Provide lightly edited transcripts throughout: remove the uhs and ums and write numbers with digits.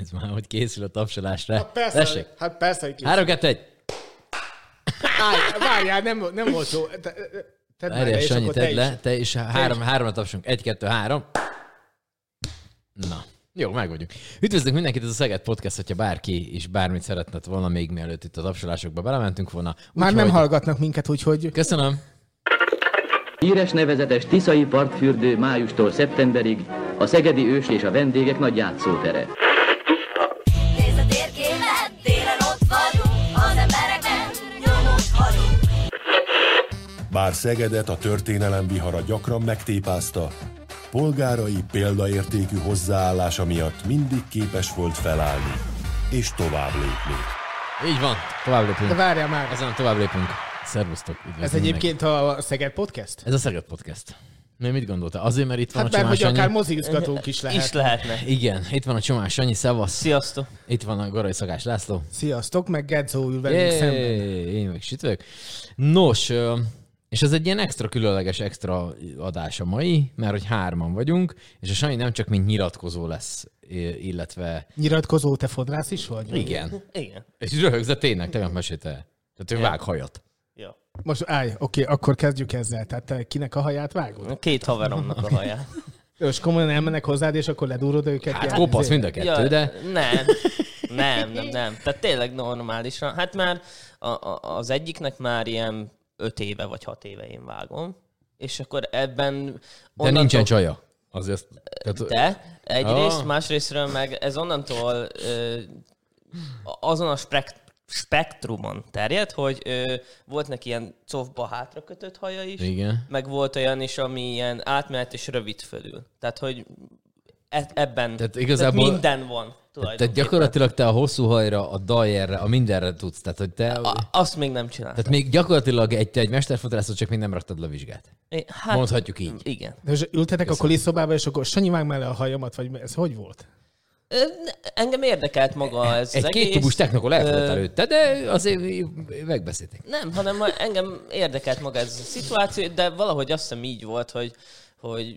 Nézd már, hogy készül a tapsolásra. Hát persze, hogy készül. 3, 2, 1. Várjál, nem volt szó. Várjál, Sanyi, tedd le, te is 3-ra tapsolunk. 1, 2, 3. Na, jó, meg vagyunk. Üdvözlünk mindenkit, ez a Szeged Podcast, hogyha bárki is bármit szeretne volna még mielőtt itt a tapsolásokba belementünk volna. Már nem hallgatnak minket, úgyhogy... Köszönöm. Híres nevezetes Tiszai partfürdő májustól szeptemberig a szegedi ős és a vendégek nagy játszótere. Nézd a térképet, télen ott vagyunk, az embereknek nyomot hagyunk. Bár Szegedet a történelem vihara gyakran megtépázta, polgárai példaértékű hozzáállása miatt mindig képes volt felállni és tovább lépni. Így van, tovább lépünk. De várjál már. Ezen tovább lépünk. Szervusztok. Ez egyébként a Szeged Podcast? Ez a Szeged Podcast. Mit gondoltál? Azért, mert itt van hát a Csomás hogy Sanyi. akár mozigazgatók is lehet. Is lehetne. Igen, itt van a Csomás Sanyi, szevasz. Sziasztok. Itt van a Garai Szakás László. Sziasztok, meg Gedzó ül velünk szemben. Én meg sütök. Nos, és ez egy ilyen extra különleges extra adás a mai, mert hogy 3-an vagyunk, és a Sanyi nem csak mint nyilatkozó lesz, illetve... Nyilatkozó, te fodrász is vagy? Igen. Igen. És röhögsz, de tényleg, te mesélte. Tehát ő vág hajat. Ja. Most állj, oké, akkor kezdjük ezzel. Tehát te kinek a haját vágod? 2 haveromnak a haját. És komolyan elmennek hozzád, és akkor ledúrod őket? Hát kopasz mind a kettő, de... Nem. Tehát tényleg normálisan. Hát már az egyiknek már ilyen 5 éve vagy 6 éve én vágom. És akkor ebben... De nincsen csaja. Azért... De egyrészt, másrésztről meg ez onnantól azon a spektrumon terjed, hogy volt neki ilyen cofba hátra kötött haja is, igen. Meg volt olyan is, ami ilyen átmenet és rövid fölül. Tehát, hogy ebben tehát igazából, minden van. Tehát gyakorlatilag te a hosszú hajra, a dajerre, a mindenre tudsz. Tehát, hogy te... Azt még nem csináltam. Tehát még gyakorlatilag egy mesterfodrászot, csak még nem raktad le a vizsgát. Hát, mondhatjuk így. Igen. De és ültetek a kulisszobába, és akkor Sanyi vág mellé a hajamat, vagy ez hogy volt? Engem érdekelt maga ez egy az egész. 2 kubus technokol elfogyott előtte, de azért megbeszélték. Nem, hanem engem érdekelt maga ez a szituáció, de valahogy azt hiszem így volt, hogy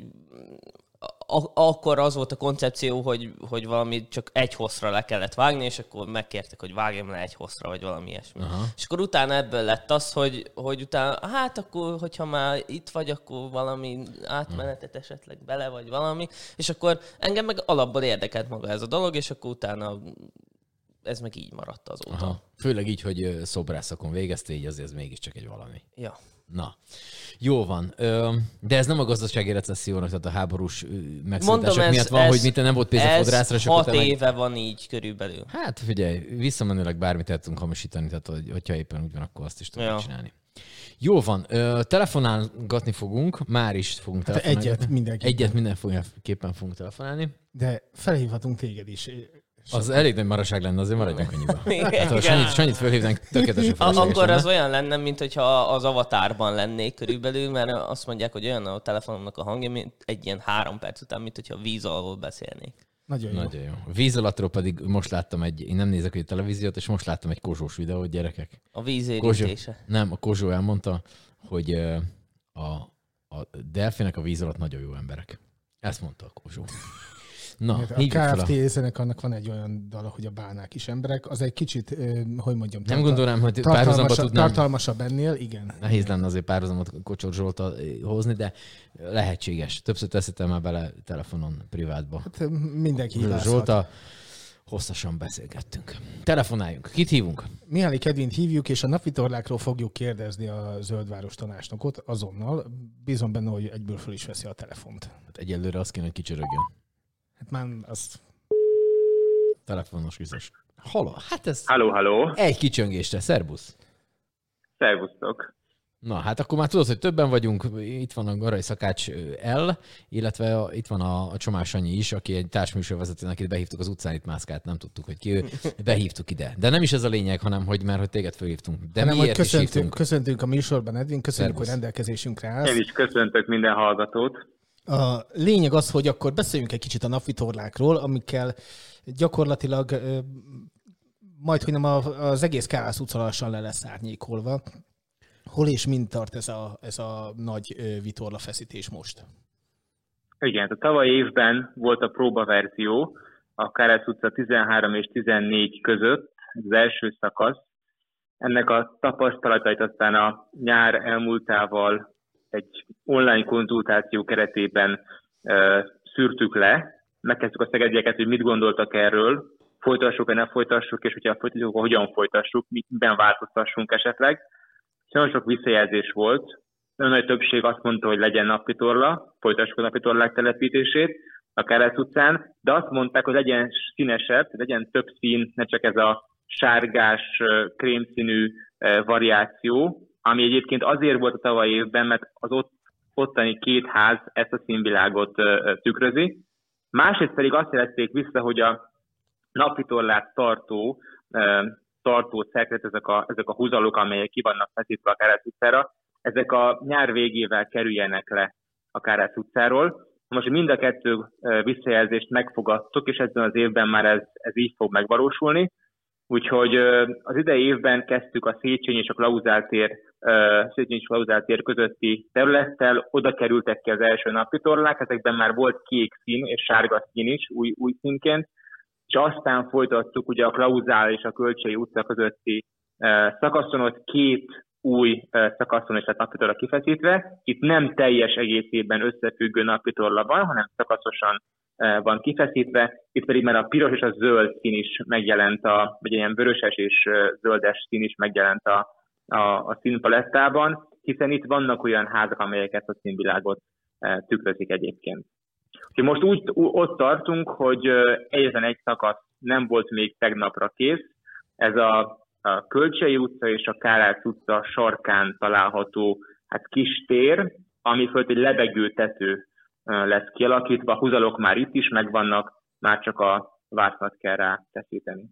akkor az volt a koncepció, hogy valami csak egy hosszra le kellett vágni, és akkor megkértek, hogy vágjam le egy hosszra, vagy valami ilyesmi. Aha. És akkor utána ebből lett az, hogy utána, hát akkor, hogyha már itt vagy, akkor valami átmenetet esetleg bele, vagy valami, és akkor engem meg alapból érdekelt maga ez a dolog, és akkor utána ez meg így maradt azóta. Aha. Főleg így, hogy szobrászakon végezte, így azért ez mégiscsak egy valami. Ja. Na, jó van. De ez nem a gazdasági recessziónak, tehát a háborús megszólítások miatt van, hogy mit nem volt pénz a fodrászra. Ez 6 éve van így körülbelül. Hát figyelj, visszamenőleg bármit el tudunk hamisítani, tehát hogyha éppen úgy van, akkor azt is tudjuk csinálni. Jó van, telefonálgatni fogunk, már is fogunk telefonálni. Egyet mindenképpen fogunk telefonálni. De felhívhatunk téged is. Az elég nagy maraság lenne, azért maradjunk annyiba. Hát, ha Sanyit fölhívnánk, tökéletesen felesleges akkor lenne. az olyan lenne, mint hogyha az Avatarban lennék körülbelül, mert azt mondják, hogy olyan a telefonomnak a hangja, mint egy ilyen 3 perc után, mint hogyha víz alól beszélnék. Nagyon jó. Nagyon jó. A víz alattról pedig most láttam én nem nézek egy televíziót, és most láttam egy Kozsós videót, gyerekek. A víz érintése. A Kozsó elmondta, hogy a delfinek a víz alatt nagyon jó emberek. Ezt mondta a Kozsó. Na, a KFT zenekarnak van egy olyan dala, hogy a bálnák is emberek. Az egy kicsit, hogy mondjam... Nem gondolnám, hogy párhuzamba tudnám... Tartalmasabb ennél, igen. Nehéz lenne azért párhuzamot Kocsor Zsolttal hozni, de lehetséges. Többször teszettem már bele telefonon, privátba. Hát mindenki hibázhat. Zsolttal hosszasan beszélgettünk. Telefonáljunk. Kit hívunk? Mihály Kedvint hívjuk, és a napvitorlákról fogjuk kérdezni a Zöldváros tanácsnokot azonnal. Bízom benne, hogy egyből föl is veszi a telefont. Hát egyelőre azt kéne, hogy kicsörögjön. Hát már az... Telefonos vizes. Halló, hát ez... Halló. Egy kicsöngésre. Szerbusz. Szervusztok. Na, hát akkor már tudod, hogy többen vagyunk. Itt van a Garai Szakács L, illetve itt van a Csomás Sanyi is, aki egy társműsorvezető, akit behívtuk az utcán, itt mászkált, nem tudtuk, hogy ki ő. Behívtuk ide. De nem is ez a lényeg, hanem hogy téged fölhívtunk. De hanem, miért is hívtunk? Köszöntünk a műsorban, Edvin, köszönjük, hogy rendelkezésünkre állsz. Én is köszöntök minden hallgatót. A lényeg az, hogy akkor beszéljünk egy kicsit a napvitorlákról, amikkel gyakorlatilag majdhogy nem az egész Kálasz utca lassan le lesz árnyékolva. Hol és mind tart ez a nagy vitorlafeszítés most? Igen, a tavalyi évben volt a próbaverzió, a Káresz utca 13 és 14 között, ez az első szakasz. Ennek a tapasztalatait aztán a nyár elmúltával egy online konzultáció keretében szűrtük le. Megkezdtük a szegedieket, hogy mit gondoltak erről, folytassuk-e, ne folytassuk, és hogyha folytatjuk, akkor hogyan folytassuk, miben változtassunk esetleg. Nagyon sok visszajelzés volt. Nagyon nagy többség azt mondta, hogy legyen napvitorla, folytassuk a napvitorlák telepítését a Káresz utcán, de azt mondták, hogy legyen színesebb, legyen több szín, ne csak ez a sárgás, krémszínű variáció, ami egyébként azért volt a tavalyi évben, mert az ottani két ház ezt a színvilágot tükrözi. Másrészt pedig azt jelezték vissza, hogy a napvitorlát tartó szerkezet, ezek a húzalok, amelyek ki vannak feszítve a Káresz utcára, ezek a nyár végével kerüljenek le a Káresz utcáról. Most mind a kettő visszajelzést megfogadtuk, és ebben az évben már ez így fog megvalósulni. Úgyhogy az idei évben kezdtük a Széchenyi és a Klauzál tér közötti területtel, oda kerültek ki az első napvitorlák, ezekben már volt kék szín és sárga szín is, új színként, és aztán folytattuk ugye a Klauzál és a Kölcsei utca közötti szakaszon, ott két új szakaszon is lett napvitorla kifeszítve. Itt nem teljes egészében összefüggő napvitorla van, hanem szakaszosan van kifeszítve. Itt pedig már a piros és a zöld szín is megjelent, vagy ilyen vöröses és zöldes szín is megjelent a színpalettában, hiszen itt vannak olyan házak, amelyek ezt a színvilágot tükrözik egyébként. Most ott tartunk, hogy egyetlen egy szakasz nem volt még tegnapra kész. Ez a Kölcsei utca és a Kárác utca sarkán található kis tér, ami fölött egy lebegő tető lesz kialakítva. A húzalok már itt is megvannak, már csak a vászlat kell rá feszíteni.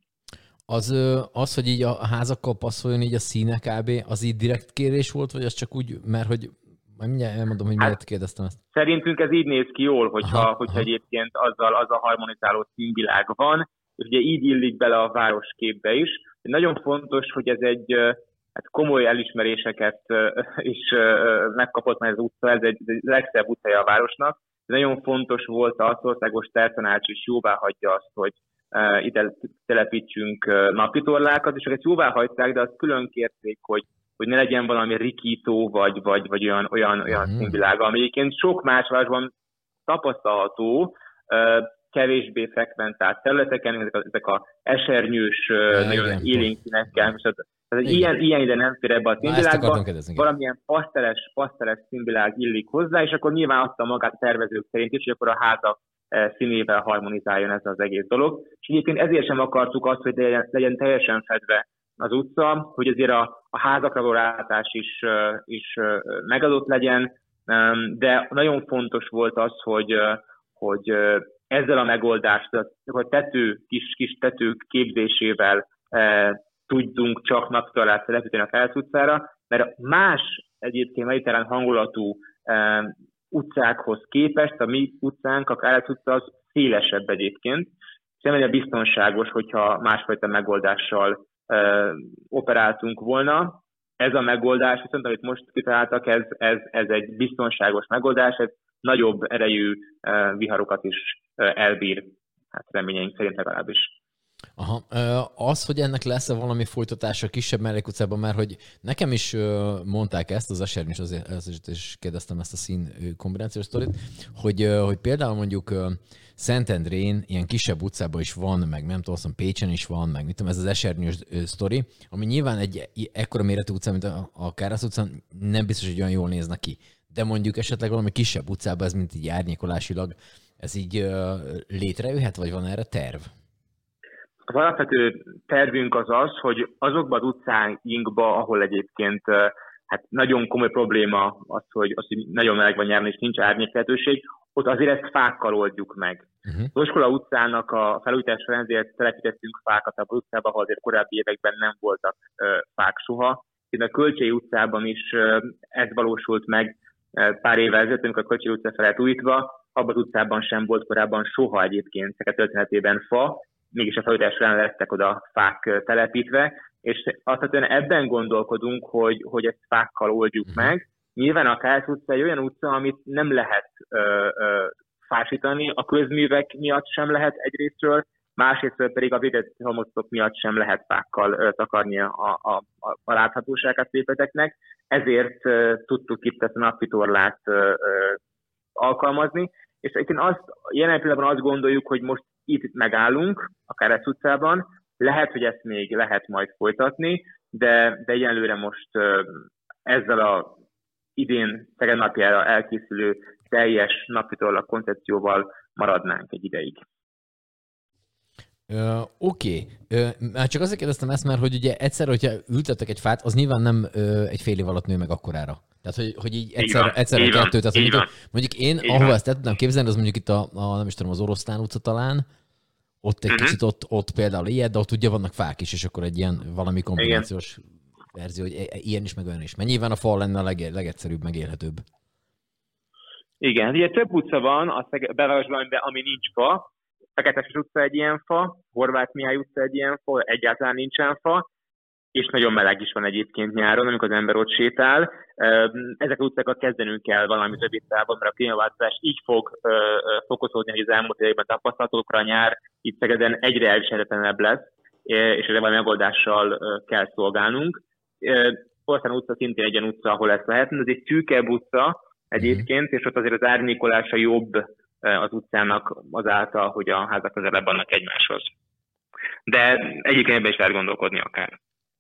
Az, hogy így a házakkal passzoljon így a színe kb., az így direkt kérés volt, vagy az csak úgy, mert hogy majd mindjárt elmondom, hogy miért kérdeztem ezt. Szerintünk ez így néz ki jól, hogyha egyébként azzal harmonizáló színvilág van, és ugye így illik bele a városképbe is. Nagyon fontos, hogy ez egy komoly elismeréseket is megkapott már az utca, ez egy legszebb utcaja a városnak. Nagyon fontos volt az országos tervtanács is jóvá hagyja azt, hogy ide telepítsünk napvitorlákat, és ezt jóvá hagyták, de azt külön kérték, hogy ne legyen valami rikító, vagy olyan színvilága, ami egyébként sok más városban tapasztalható, kevésbé frekventált területeken, ezek a esernyős, nagyon élénk színekkel. Ilyen ide nem fér ebbe a színvilágba, valamilyen paszteles színvilág illik hozzá, és akkor nyilván azt a magát tervezők szerint is, hogy akkor a házak színével harmonizáljon ez az egész dolog. És egyébként ezért sem akartuk azt, hogy legyen teljesen fedve az utca, hogy azért a házakra való rátás is megadott legyen, de nagyon fontos volt az, hogy ezzel a megoldást, a kis tetők képzésével tudjunk csak napvitorlát telepíteni a Kárác utcára, mert más egyébként mediterrán hangulatú utcákhoz képest a mi utcánk, a Kárác utca az szélesebb egyébként, és nem biztonságos, hogyha másfajta megoldással operáltunk volna. Ez a megoldás, viszont amit most kitaláltak, ez egy biztonságos megoldás, ez nagyobb erejű viharokat is elbír, reményeink szerint legalábbis. Aha. Az, hogy ennek lesz-e valami folytatása kisebb mellékutcában, mert hogy nekem is mondták ezt, az esernyő is azért is kérdeztem ezt a szín kombinációs sztorit, hogy például mondjuk Szentendrén ilyen kisebb utcában is van, meg nem tudom, Pécsen is van, meg mit tudom, ez az esernyős sztori, ami nyilván egy ekkora méretű utca, mint a Kárác utcán, nem biztos, hogy olyan jól néznek ki. De mondjuk esetleg valami kisebb utcában, ez mint így árnyékolásilag, ez így létrejöhet, vagy van erre terv? Az alapvető tervünk az, hogy azokban az utcáinkban, ahol egyébként nagyon komoly probléma az, hogy nagyon meleg van nyáron és nincs árnyék lehetőség, ott azért ezt fákkal oldjuk meg. Az Oskola utcának a felújítás során azért telepítettünk fákat abban az utcában, ahol azért korábbi években nem voltak fák soha. A Kölcsei utcában is ez valósult meg pár évvel ezelőtt, amikor a Kölcsei utca fel lett újítva, abban az utcában sem volt korábban soha egyébként a történetében fa, mégis a felújítás során lettek oda fák telepítve, és alapvetően ebben gondolkodunk, hogy ezt fákkal oldjuk meg. Nyilván a Kárác utca egy olyan utca, amit nem lehet fásítani, a közművek miatt sem lehet egyrésztről, másrésztről pedig a védett halmoztok miatt sem lehet fákkal takarni a láthatóságát épületeknek, ezért tudtuk itt ezt a napvitorlát alkalmazni, és egyébként jelen pillanatban azt gondoljuk, hogy most itt megállunk, a Kereszt utcában, lehet, hogy ezt még lehet majd folytatni, de egyelőre most ezzel a idén Szeged napjára elkészülő teljes napvitorla koncepcióval maradnánk egy ideig. Oké. Már csak azért kérdeztem ezt, mert hogy ugye egyszer, hogyha ültettek egy fát, az nyilván nem egy fél év alatt nő meg akkorára. Tehát, hogy így egyszerre kettőt. Tehát, mondjuk én, ahova ezt tudnám képzelni, az mondjuk itt nem is tudom, az Oroszlán utca talán, ott egy kicsit ott például ilyet, de ott ugye vannak fák is, és akkor egy ilyen valami kombinációs verzió, hogy ilyen is, meg olyan is. Mert nyilván a fal lenne a legegyszerűbb, megélhetőbb. Igen, ugye több utca van a belvárosban, ami nincs fa. Feketes utca egy ilyen fa, Horváth Mihály utca egy ilyen fa, egyáltalán nincsen fa, és nagyon meleg is van egyébként nyáron, amikor az ember ott sétál. Ezek az utcákat kezdenünk kell valamit rövid távon, mert a klímaváltozás így fog fokozódni, hogy az elmúlt években tapasztalatokra a nyár itt Szegeden egyre elviselhetetlenebb lesz, és erre valami megoldással kell szolgálnunk. Oroszlán utca szintén egy ilyen utca, ahol ezt lehetne, ez egy szűkebb utca egyébként, és ott azért az árnyékolása jobb az utcának azáltal, hogy a házak közelebb vannak egymáshoz. De egyébként ebben is lehet gondolkodni akár.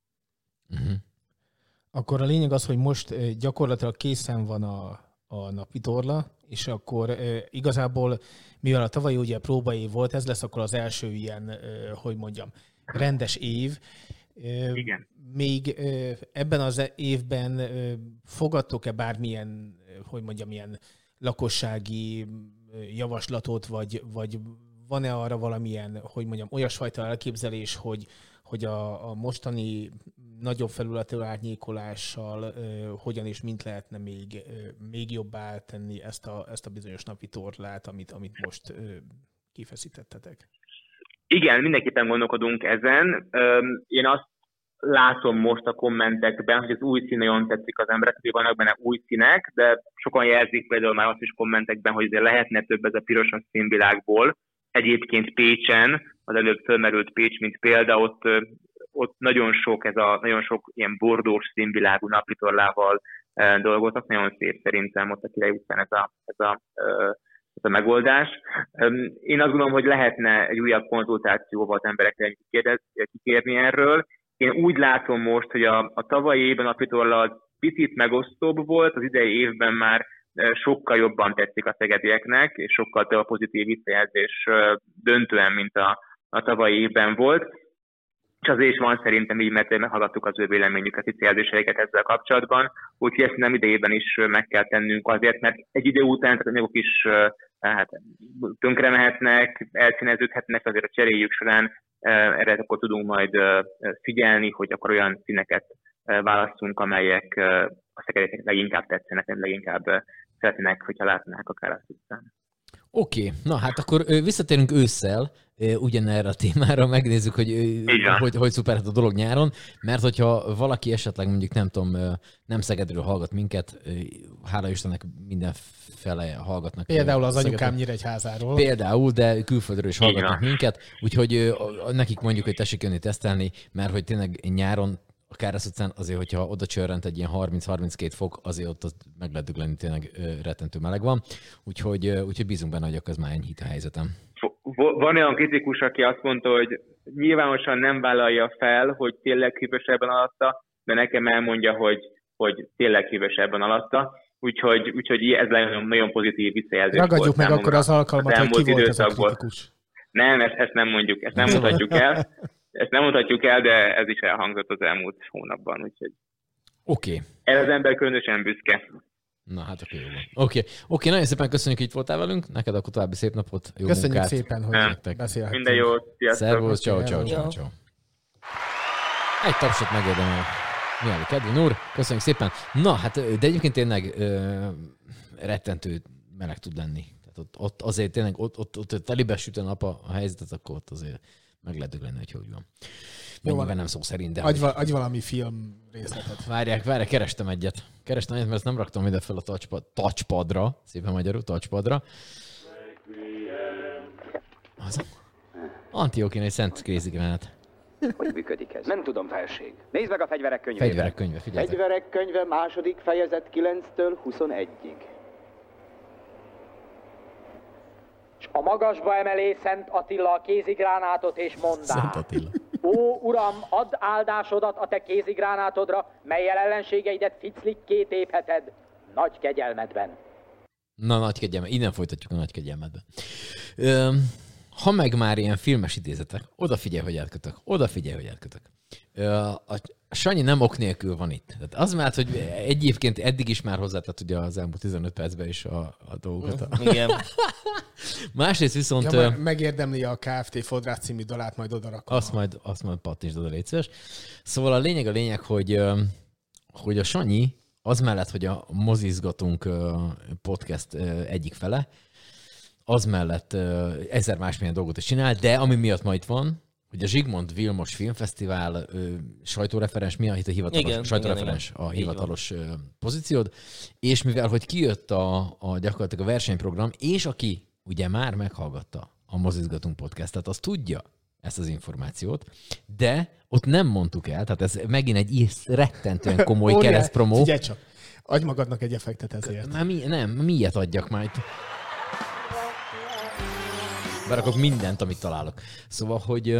Akkor a lényeg az, hogy most gyakorlatilag készen van a napvitorla, és akkor igazából, mivel a tavalyi ugye próbaév volt, ez lesz akkor az első ilyen, hogy mondjam, rendes év. Igen. Még ebben az évben fogadtok-e bármilyen, hogy mondjam, ilyen lakossági javaslatot, vagy van-e arra valamilyen, hogy mondjam, olyasfajta elképzelés, hogy a mostani nagyobb felületű árnyékolással hogyan és mint lehetne még jobbá tenni ezt a bizonyos napvitorlát, amit most kifeszítettetek? Igen, mindenképpen gondolkodunk ezen. Én azt látom most a kommentekben, hogy az új szín nagyon tetszik az emberek, hogy vannak benne új színek, de sokan jelzik például már azt is kommentekben, hogy azért lehetne több ez a piros színvilágból. Egyébként Pécsen, az előbb fölmerült Pécs, mint példa, ott nagyon sok ilyen bordós színvilágú napvitorlával dolgoztak, nagyon szép szerintem ott a Király utcán ez a megoldás. Én azt gondolom, hogy lehetne egy újabb konzultációval az emberekkel kikérni erről. Én úgy látom most, hogy a tavalyi évben a napvitorla picit megosztóbb volt, az idei évben már sokkal jobban tetszik a szegedieknek, és sokkal több a pozitív visszajelzés döntően, mint a tavalyi évben volt. És azért is van szerintem így, mert meghallgattuk az ő véleményüket, visszajelzéseiket ezzel kapcsolatban, úgyhogy ezt nem idejében is meg kell tennünk azért, mert egy idő után az anyagok is tönkre mehetnek, elszíneződhetnek, azért a cseréjük során erre akkor tudunk majd figyelni, hogy akkor olyan színeket választunk, amelyek a szegedieknek leginkább tetszenek, leginkább szeretnének, hogyha látnák akár azt utcán. Oké, na hát akkor visszatérünk ősszel ugyanerre a témára, megnézzük, hogy szuperhet a dolog nyáron, mert hogyha valaki esetleg mondjuk nem tudom, nem Szegedről hallgat minket, hála Istennek mindenfele hallgatnak. Például az anyukám Nyíregyházáról. Például, de külföldről is hallgatnak minket, úgyhogy nekik mondjuk, hogy tessék jönni tesztelni, mert hogy tényleg nyáron a Kereszt utcán azért, hogyha oda csörrent egy ilyen 30-32 fok, azért ott meg lehet dögleni, tényleg rettentő meleg van. Úgyhogy bízunk benne, hogy akkor ez már enyhít a helyzetem. Van olyan kritikus, aki azt mondta, hogy nyilvánosan nem vállalja fel, hogy tényleg hűvösebben alatta, de nekem elmondja, hogy tényleg hűvösebben alatta. Úgyhogy ez nagyon pozitív visszajelzés. Ragadjuk meg akkor az alkalmat, hogy ki volt ez a kritikus. Nem, ezt nem mondjuk, ezt nem mutatjuk el. Ezt nem mutatjuk el, de ez is elhangzott az elmúlt hónapban, úgyhogy... Oké. Ez az ember különösen büszke. Na hát akkor jó van. Oké, nagyon szépen köszönjük, hogy itt voltál velünk. Neked akkor további szép napot, jó köszönjük munkát. Szépen, hogy beszélhettünk. Minden jót, sziasztok. Szervusz, ciao. Egy tapsot megérdemel Mihály Kedvin úr. Köszönjük szépen. Na, hát de egyébként tényleg rettentő meleg tud lenni. Tehát ott azért tényleg, ott telibe süt a nap a helyzetet, akkor ott azért meg lehet dögleni, hogy van. Mennyiben nem szó szerint, de... Adj valami film részletet. Várják, kerestem egyet, mert ezt nem raktam ide fel a touchpadra, szépen magyarul, touchpadra. Az Antiochén egy Szent Kézigránát. Hogy működik ez? Nem tudom, felség. Nézd meg a fegyverek könyvében. Fegyverek könyve, figyelj. Fegyverek könyve második fejezet 9-től 21-ig. S a magasba emelé Szent Attila a kézigránátot, és mondá. Szent Attila. Ó, Uram, add áldásodat a te kézigránátodra, mellyel ellenségeidet ficlikké tépheted nagy kegyelmedben. Na, nagy kegyelmed. Innen folytatjuk a nagy kegyelmedbe. Ha meg már ilyen filmes idézetek, odafigyelj, hogy elkötök. A Sanyi nem ok nélkül van itt. Tehát az már, hogy egyébként eddig is már hozzátett ugye az elmúlt 15 percben is a dolgokat. Igen. Másrészt viszont... Ja, megérdemli a KFT Fodrász című dalát, majd odarakom. Azt majd pattintsd oda, légy szíves. Szóval a lényeg, hogy a Sanyi az mellett, hogy a Mozizgatunk podcast egyik fele, az mellett 1000 másmilyen dolgot is csinál, de ami miatt ma itt van, hogy a Zsigmond Vilmos Filmfesztivál sajtóreferens, mi a hivatalos igen, sajtóreferens, igen. a hivatalos pozíciód, és mivel, hogy kijött gyakorlatilag a versenyprogram, és aki ugye már meghallgatta a Mozizgatunk podcastet, az tudja ezt az információt, de ott nem mondtuk el, tehát ez megint egy rettentően komoly keresztpromó. Figyelj csak, adj magadnak egy effektet ezért. Miért adjak majd? Berakok mindent, amit találok. Szóval,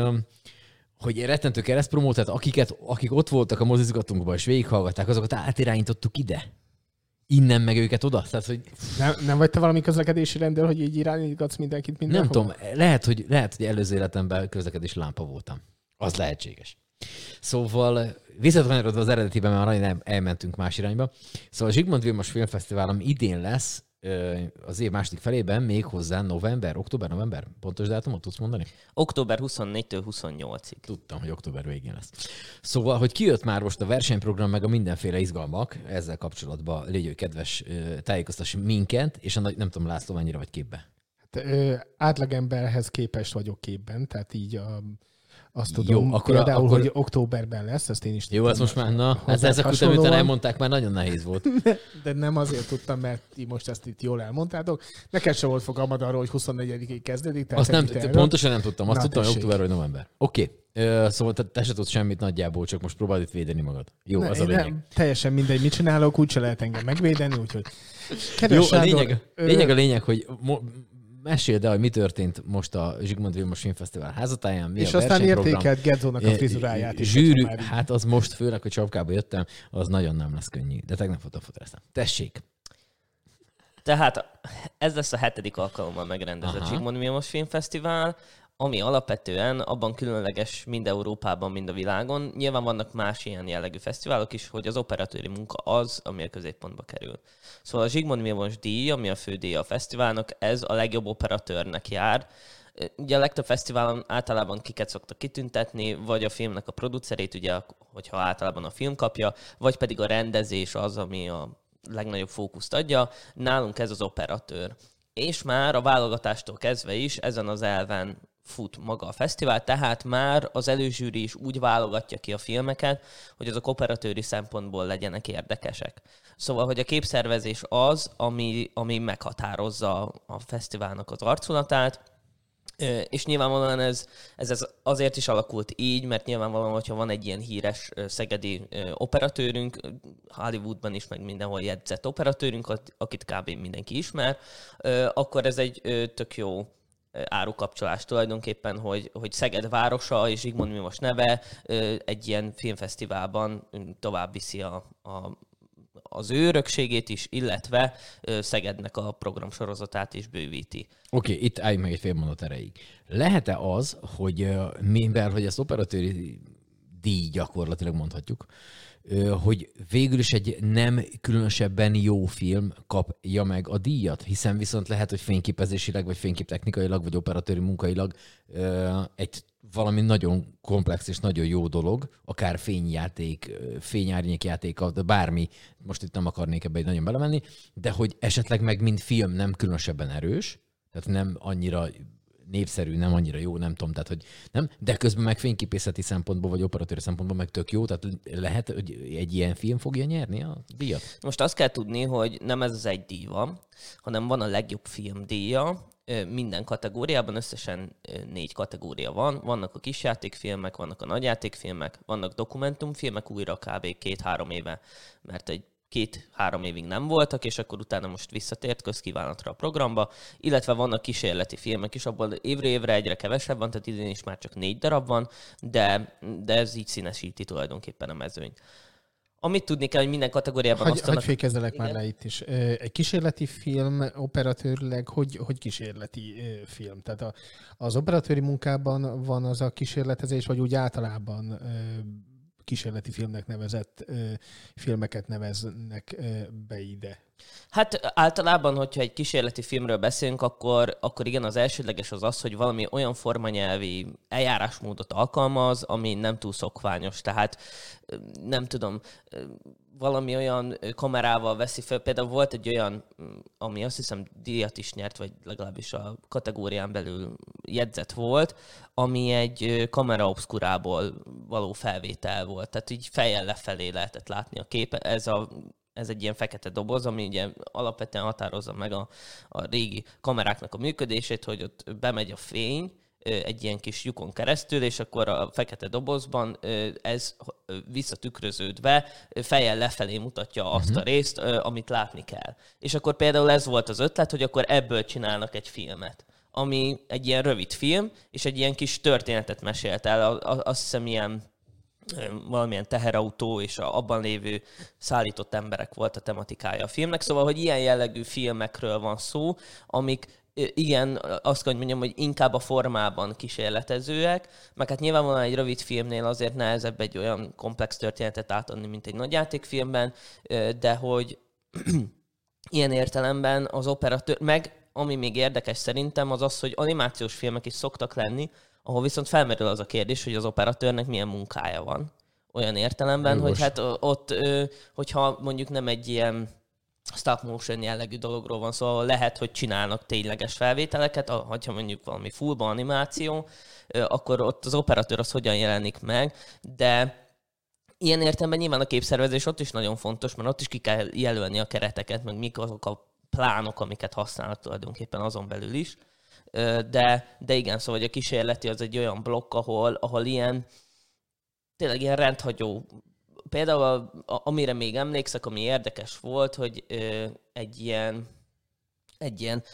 hogy rettentő keresztpromó, tehát akik ott voltak a Mozizgatunkban és végighallgatták, azokat átirányítottuk ide. Innen meg őket oda. Tehát, hogy... Nem vagy te valami közlekedési rendőr, hogy így irányítgatsz mindenkit mindenhol? Nem tudom, lehet, hogy előző életemben közlekedési lámpa voltam. Az lehetséges. Szóval visszakanyarodva az eredetiben, mert arra elmentünk más irányba. Szóval a Zsigmond Vilmos Filmfesztivál, ami idén lesz, az év második felében, még hozzá október-november? Pontos dátumot tudsz mondani? Október 24-től 28-ig. Tudtam, hogy október végén lesz. Szóval, hogy kijött már most a versenyprogram, meg a mindenféle izgalmak, ezzel kapcsolatban légy kedves, tájékoztass minket, és nem tudom, László, mennyire vagy képbe? Hát, átlagemberhez képest vagyok képben, tehát így azt tudom, jó, például, hogy októberben lesz, ezt én is tudtam. Jó, ezt most már, ezek után, miután elmondták, már nagyon nehéz volt. De nem azért tudtam, mert ti most ezt itt jól elmondtátok. Neked sem volt fogalmad arról, hogy 24-ig kezdődik. Azt nem, pontosan nem tudtam. Azt tudtam, hogy október vagy november. Oké. Szóval te se tudsz semmit nagyjából, csak most próbáld itt védeni magad. Jó, az a lényeg. Nem, teljesen mindegy, mit csinálok, úgyse lehet engem megvédeni, úgyhogy... Jó, a lényeg, hogy meséld el, hogy mi történt most a Zsigmond Vilmos Filmfesztivál házatáján, mi és a aztán versenyprogram. értékelt Gedzónak a frizuráját is. Zsűrű, hát az most főleg, hogy csapkába jöttem, az nagyon nem lesz könnyű. De tegnap volt a fotrásztam. Tessék! Tehát ez lesz a 7. alkalommal megrendezett Zsigmond Vilmos Filmfesztivál, ami alapvetően abban különleges mind Európában, mind a világon. Nyilván vannak más ilyen jellegű fesztiválok is, hogy az operatőri munka az, ami a középpontba kerül. Szóval a Zsigmond Vilmos díj, ami a fő díj a fesztiválnak, ez a legjobb operatőrnek jár. Ugye a legtöbb fesztiválon általában kiket szoktak kitüntetni, vagy a filmnek a producerét, ugye, hogyha általában a film kapja, vagy pedig a rendezés az, ami a legnagyobb fókuszt adja. Nálunk ez az operatőr. És már a válogatástól kezdve is ezen az elven fut maga a fesztivál, tehát már az előzsűri is úgy válogatja ki a filmeket, hogy azok operatőri szempontból legyenek érdekesek. Szóval, hogy a képszervezés az, ami meghatározza a fesztiválnak az arculatát, és nyilvánvalóan ez azért is alakult így, mert nyilvánvalóan, hogyha van egy ilyen híres szegedi operatőrünk, Hollywoodban is, meg mindenhol jegyzett operatőrünk, akit kb. Mindenki ismer, akkor ez egy tök jó árukapcsolás tulajdonképpen, hogy Szeged városa és Zsigmond Vilmos neve egy ilyen filmfesztiválban tovább viszi az ő örökségét is, illetve Szegednek a programsorozatát is bővíti. Oké, itt álljunk meg egy fél mondat erejéig. Lehet-e az, hogy mivel, hogy ezt operatőri díj gyakorlatilag mondhatjuk, hogy végül is egy nem különösebben jó film kapja meg a díjat, hiszen viszont lehet, hogy fényképezésileg, vagy fényképtechnikailag, vagy operatőri munkailag egy valami nagyon komplex és nagyon jó dolog, akár fényjáték, fényárnyékjáték, de bármi, most itt nem akarnék ebbe nagyon belemenni, de hogy esetleg meg mint film nem különösebben erős, tehát nem annyira népszerű, nem annyira jó, nem tudom, tehát hogy nem, de közben meg fényképészeti szempontból, vagy operatőri szempontból meg tök jó, tehát lehet, hogy egy ilyen film fogja nyerni a díjat? Most azt kell tudni, hogy nem ez az egy díj van, hanem van a legjobb film díja, minden kategóriában, összesen 4 kategória van. Vannak a kisjátékfilmek, vannak a nagyjátékfilmek, vannak dokumentumfilmek újra kb. 2-3 éve, mert egy 2-3 évig nem voltak, és akkor utána most visszatért közkívánatra a programba, illetve vannak kísérleti filmek is, abból évre egyre kevesebb van, tehát idén is már csak 4 darab van, de ez így színesíti tulajdonképpen a mezőnyt. Amit tudni kell, hogy minden kategóriában osztanak... Hagy fékezzelek már le itt is. Egy kísérleti film operatőrileg hogy kísérleti film? Tehát az operatőri munkában van az a kísérletezés, vagy úgy általában kísérleti filmnek nevezett filmeket neveznek be ide? Hát általában, hogyha egy kísérleti filmről beszélünk, akkor igen, az elsődleges az, hogy valami olyan formanyelvi eljárásmódot alkalmaz, ami nem túl szokványos. Tehát nem tudom, valami olyan kamerával veszi fel. Például volt egy olyan, ami azt hiszem díjat is nyert, vagy legalábbis a kategórián belül jegyzett volt, ami egy kamera obscurából való felvétel volt. Tehát így fejjel lefelé lehetett látni a képet. Ez egy ilyen fekete doboz, ami ugye alapvetően határozza meg a régi kameráknak a működését, hogy ott bemegy a fény egy ilyen kis lyukon keresztül, és akkor a fekete dobozban ez visszatükröződve fejjel lefelé mutatja azt a részt, amit látni kell. És akkor például ez volt az ötlet, hogy akkor ebből csinálnak egy filmet, ami egy ilyen rövid film, és egy ilyen kis történetet mesélt el, azt hiszem ilyen valamilyen teherautó és abban lévő szállított emberek volt a tematikája a filmnek. Szóval, hogy ilyen jellegű filmekről van szó, amik igen, azt kell, hogy mondjam, hogy inkább a formában kísérletezőek, meg hát nyilvánvalóan egy rövid filmnél azért nehezebb egy olyan komplex történetet átadni, mint egy nagyjátékfilmben, de hogy ilyen értelemben az operatőr, meg ami még érdekes szerintem, az, hogy animációs filmek is szoktak lenni, ahol viszont felmerül az a kérdés, hogy az operatőrnek milyen munkája van. Olyan értelemben, hogy hát ott, hogyha mondjuk nem egy ilyen stop motion jellegű dologról van szó, ahol lehet, hogy csinálnak tényleges felvételeket, ha mondjuk valami fullba animáció, akkor ott az operatőr az hogyan jelenik meg, de ilyen értelemben nyilván a képszervezés ott is nagyon fontos, mert ott is ki kell jelölni a kereteket, meg mik azok a plánok, amiket használnak tulajdonképpen azon belül is. De igen, szóval a kísérleti az egy olyan blokk, ahol ilyen tényleg ilyen rendhagyó. Például amire még emlékszek, ami érdekes volt, hogy egy ilyen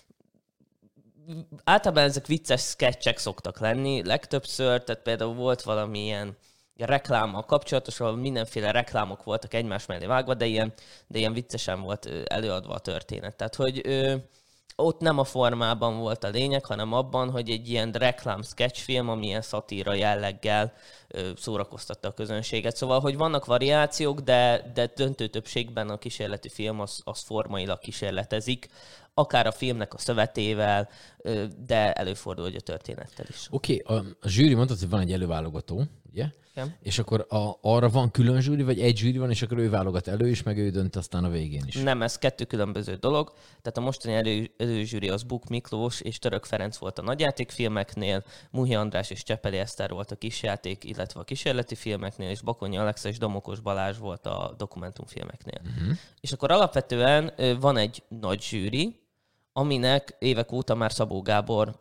általában ezek vicces sketchek szoktak lenni legtöbbször, tehát például volt valami ilyen reklámmal kapcsolatos, ahol mindenféle reklámok voltak egymás mellé vágva, de ilyen viccesen volt előadva a történet. Tehát, hogy ott nem a formában volt a lényeg, hanem abban, hogy egy ilyen reklám sketchfilm, ami ilyen szatíra jelleggel szórakoztatta a közönséget. Szóval, hogy vannak variációk, de döntő többségben a kísérleti film az formailag kísérletezik, akár a filmnek a szövetével, de előfordul, hogy a történettel is. Oké, a zsűri mondtad, hogy van egy előválogató, ugye? Igen. És akkor arra van külön zsűri, vagy egy zsűri van, és akkor ő válogat elő, és meg ő dönt aztán a végén is? Nem, ez 2 különböző dolog. Tehát a mostani előzsűri az Buk Miklós és Török Ferenc volt a nagyjátékfilmeknél, Muhi András és Csepeli Eszter volt a kisjáték, illetve a kísérleti filmeknél, és Bakonyi Alexa és Domokos Balázs volt a dokumentumfilmeknél. És akkor alapvetően van egy nagy zsűri, aminek évek óta már Szabó Gábor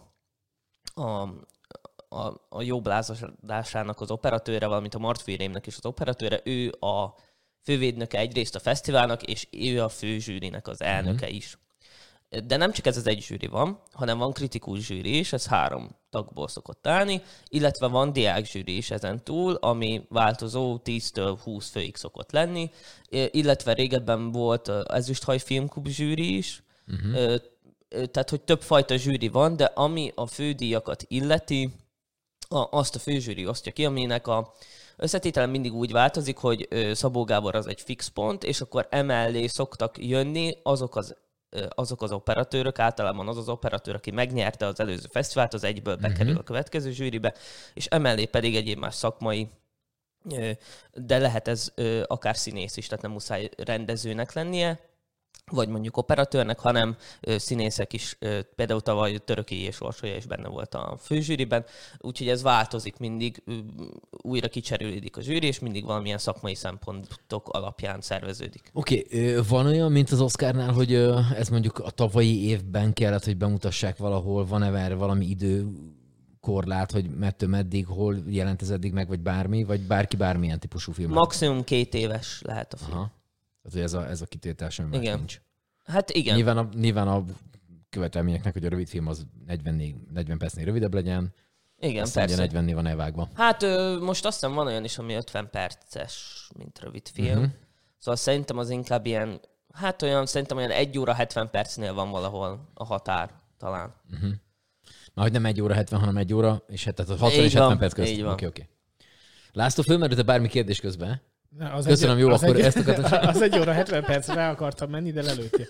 a jobb lázadásának az operatőre, valamint a Martfői Rémnek is az operatőre, ő a fővédnöke egyrészt a fesztiválnak, és ő a főzsűrinek az elnöke is. De nem csak ez az egy zsűri van, hanem van kritikus zsűri is, ez 3 tagból szokott állni, illetve van diák zsűri is ezen túl, ami változó 10-től 20 főig szokott lenni, illetve régebben volt az Ezüsthaj Filmklub zsűri is, tehát, hogy több fajta zsűri van, de ami a fődíjakat illeti, azt a főzsűri osztja ki, aminek a összetétele mindig úgy változik, hogy Szabó Gábor az egy fix pont, és akkor emellé szoktak jönni azok az operatőrök, általában az operatőr, aki megnyerte az előző fesztivált, az egyből bekerül a következő zsűribe, és emellé pedig egyéb más szakmai, de lehet ez akár színész is, tehát nem muszáj rendezőnek lennie, vagy mondjuk operatőrnek, hanem színészek is, például tavaly Töröki és Orsolya is benne volt a főzsűriben, úgyhogy ez változik mindig, újra kicserélődik a zsűri, és mindig valamilyen szakmai szempontok alapján szerveződik. Oké, van olyan, mint az Oscarnál, hogy ez mondjuk a tavalyi évben kellett, hogy bemutassák valahol, van-e erre valami időkorlát, hogy mettől meddig, hol jelent ez eddig meg, vagy bármi, vagy bárki bármilyen típusú film? Maximum 2 éves lehet a film. Aha. Tehát ez a kitétel semmi más nincs. Hát igen. Nyilván a követelményeknek, hogy a rövid film az 40 percnél rövidebb legyen. Igen, aztán persze. 40-nél van elvágva. Hát most azt hiszem van olyan is, ami 50 perces, mint rövid film. Szóval szerintem az inkább ilyen, szerintem olyan 1 óra 70 percnél van valahol a határ talán. Már hogy nem 1 óra 70, hanem 1 óra, és tehát 60 és 70 perc közt. Oké. László, fölmerült-e bármi kérdés közben? Köszönöm, jó, akkor ezt akartam. Az 1 óra 70 percre rá akartam menni, de lelőttél.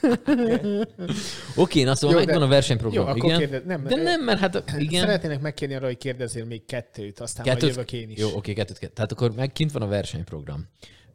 Oké, na szóval megvan a versenyprogram. Jó, akkor igen. De nem, mert hát igen. Szeretnének megkérni arra, hogy kérdezzél még 2, aztán majd jövök én is. Jó, oké, 2. Tehát akkor meg kint van a versenyprogram.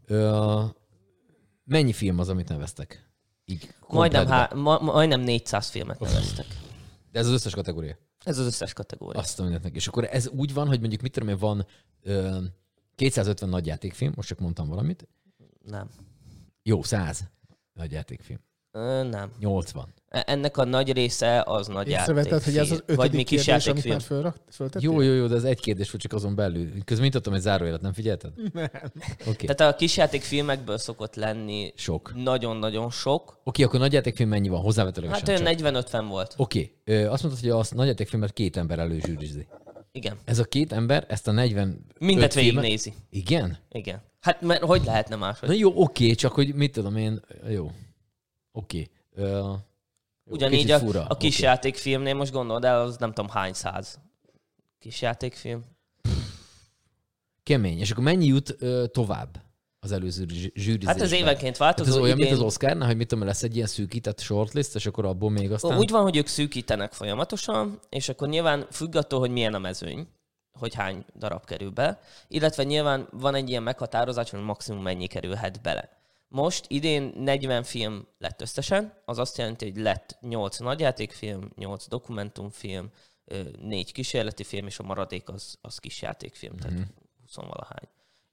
Mennyi film az, amit neveztek? Így majdnem 400 filmet neveztek. De ez az összes kategória? Ez az összes kategória. Azt a mindentnek. És akkor ez úgy van, hogy mondjuk mit tudom én, van 250 nagyjátékfilm, most csak mondtam valamit. Nem. Jó, 100 nagyjátékfilm. Nem. 80. Ennek a nagy része az nagyjátékfilm. Hogy ez az 5. kérdés, amit már föltettél? Jó, de ez egy kérdés volt csak azon belül. Közben mint adtam egy zárójelet, nem figyelted? Nem. Okay. Tehát a kisjátékfilmekből szokott lenni sok. Nagyon-nagyon sok. Oké, akkor nagyjátékfilm mennyi van? Hozzávetőlegesen Hát olyan 40-50 volt. Oké. Azt mondtad, hogy a nagyjátékfilmet 2 ember előzsűrizi. Igen. Ez a 2 ember ezt a 40 mindet végignézi. Igen? Igen. Hát mert hogy lehetne máshogy? Na jó, oké, csak hogy mit tudom én, jó. Oké. Ugyanígy a kisjátékfilmnél most gondolod el, az nem tudom hány száz kisjátékfilm. Kemény. És akkor mennyi jut tovább az előző zsűrizésben? Hát ez évenként változó. Hát ez olyan, mint az Oscarnál, hogy mit tudom, lesz egy ilyen szűkített shortlist, és akkor abból még aztán... Úgy van, hogy ők szűkítenek folyamatosan, és akkor nyilván függ attól, hogy milyen a mezőny, hogy hány darab kerül be, illetve nyilván van egy ilyen meghatározás, hogy maximum mennyi kerülhet bele. Most idén 40 film lett összesen, az azt jelenti, hogy lett 8 nagyjátékfilm, 8 dokumentumfilm, 4 kísérleti film, és a maradék az kisjátékfilm, tehát 20-valahány.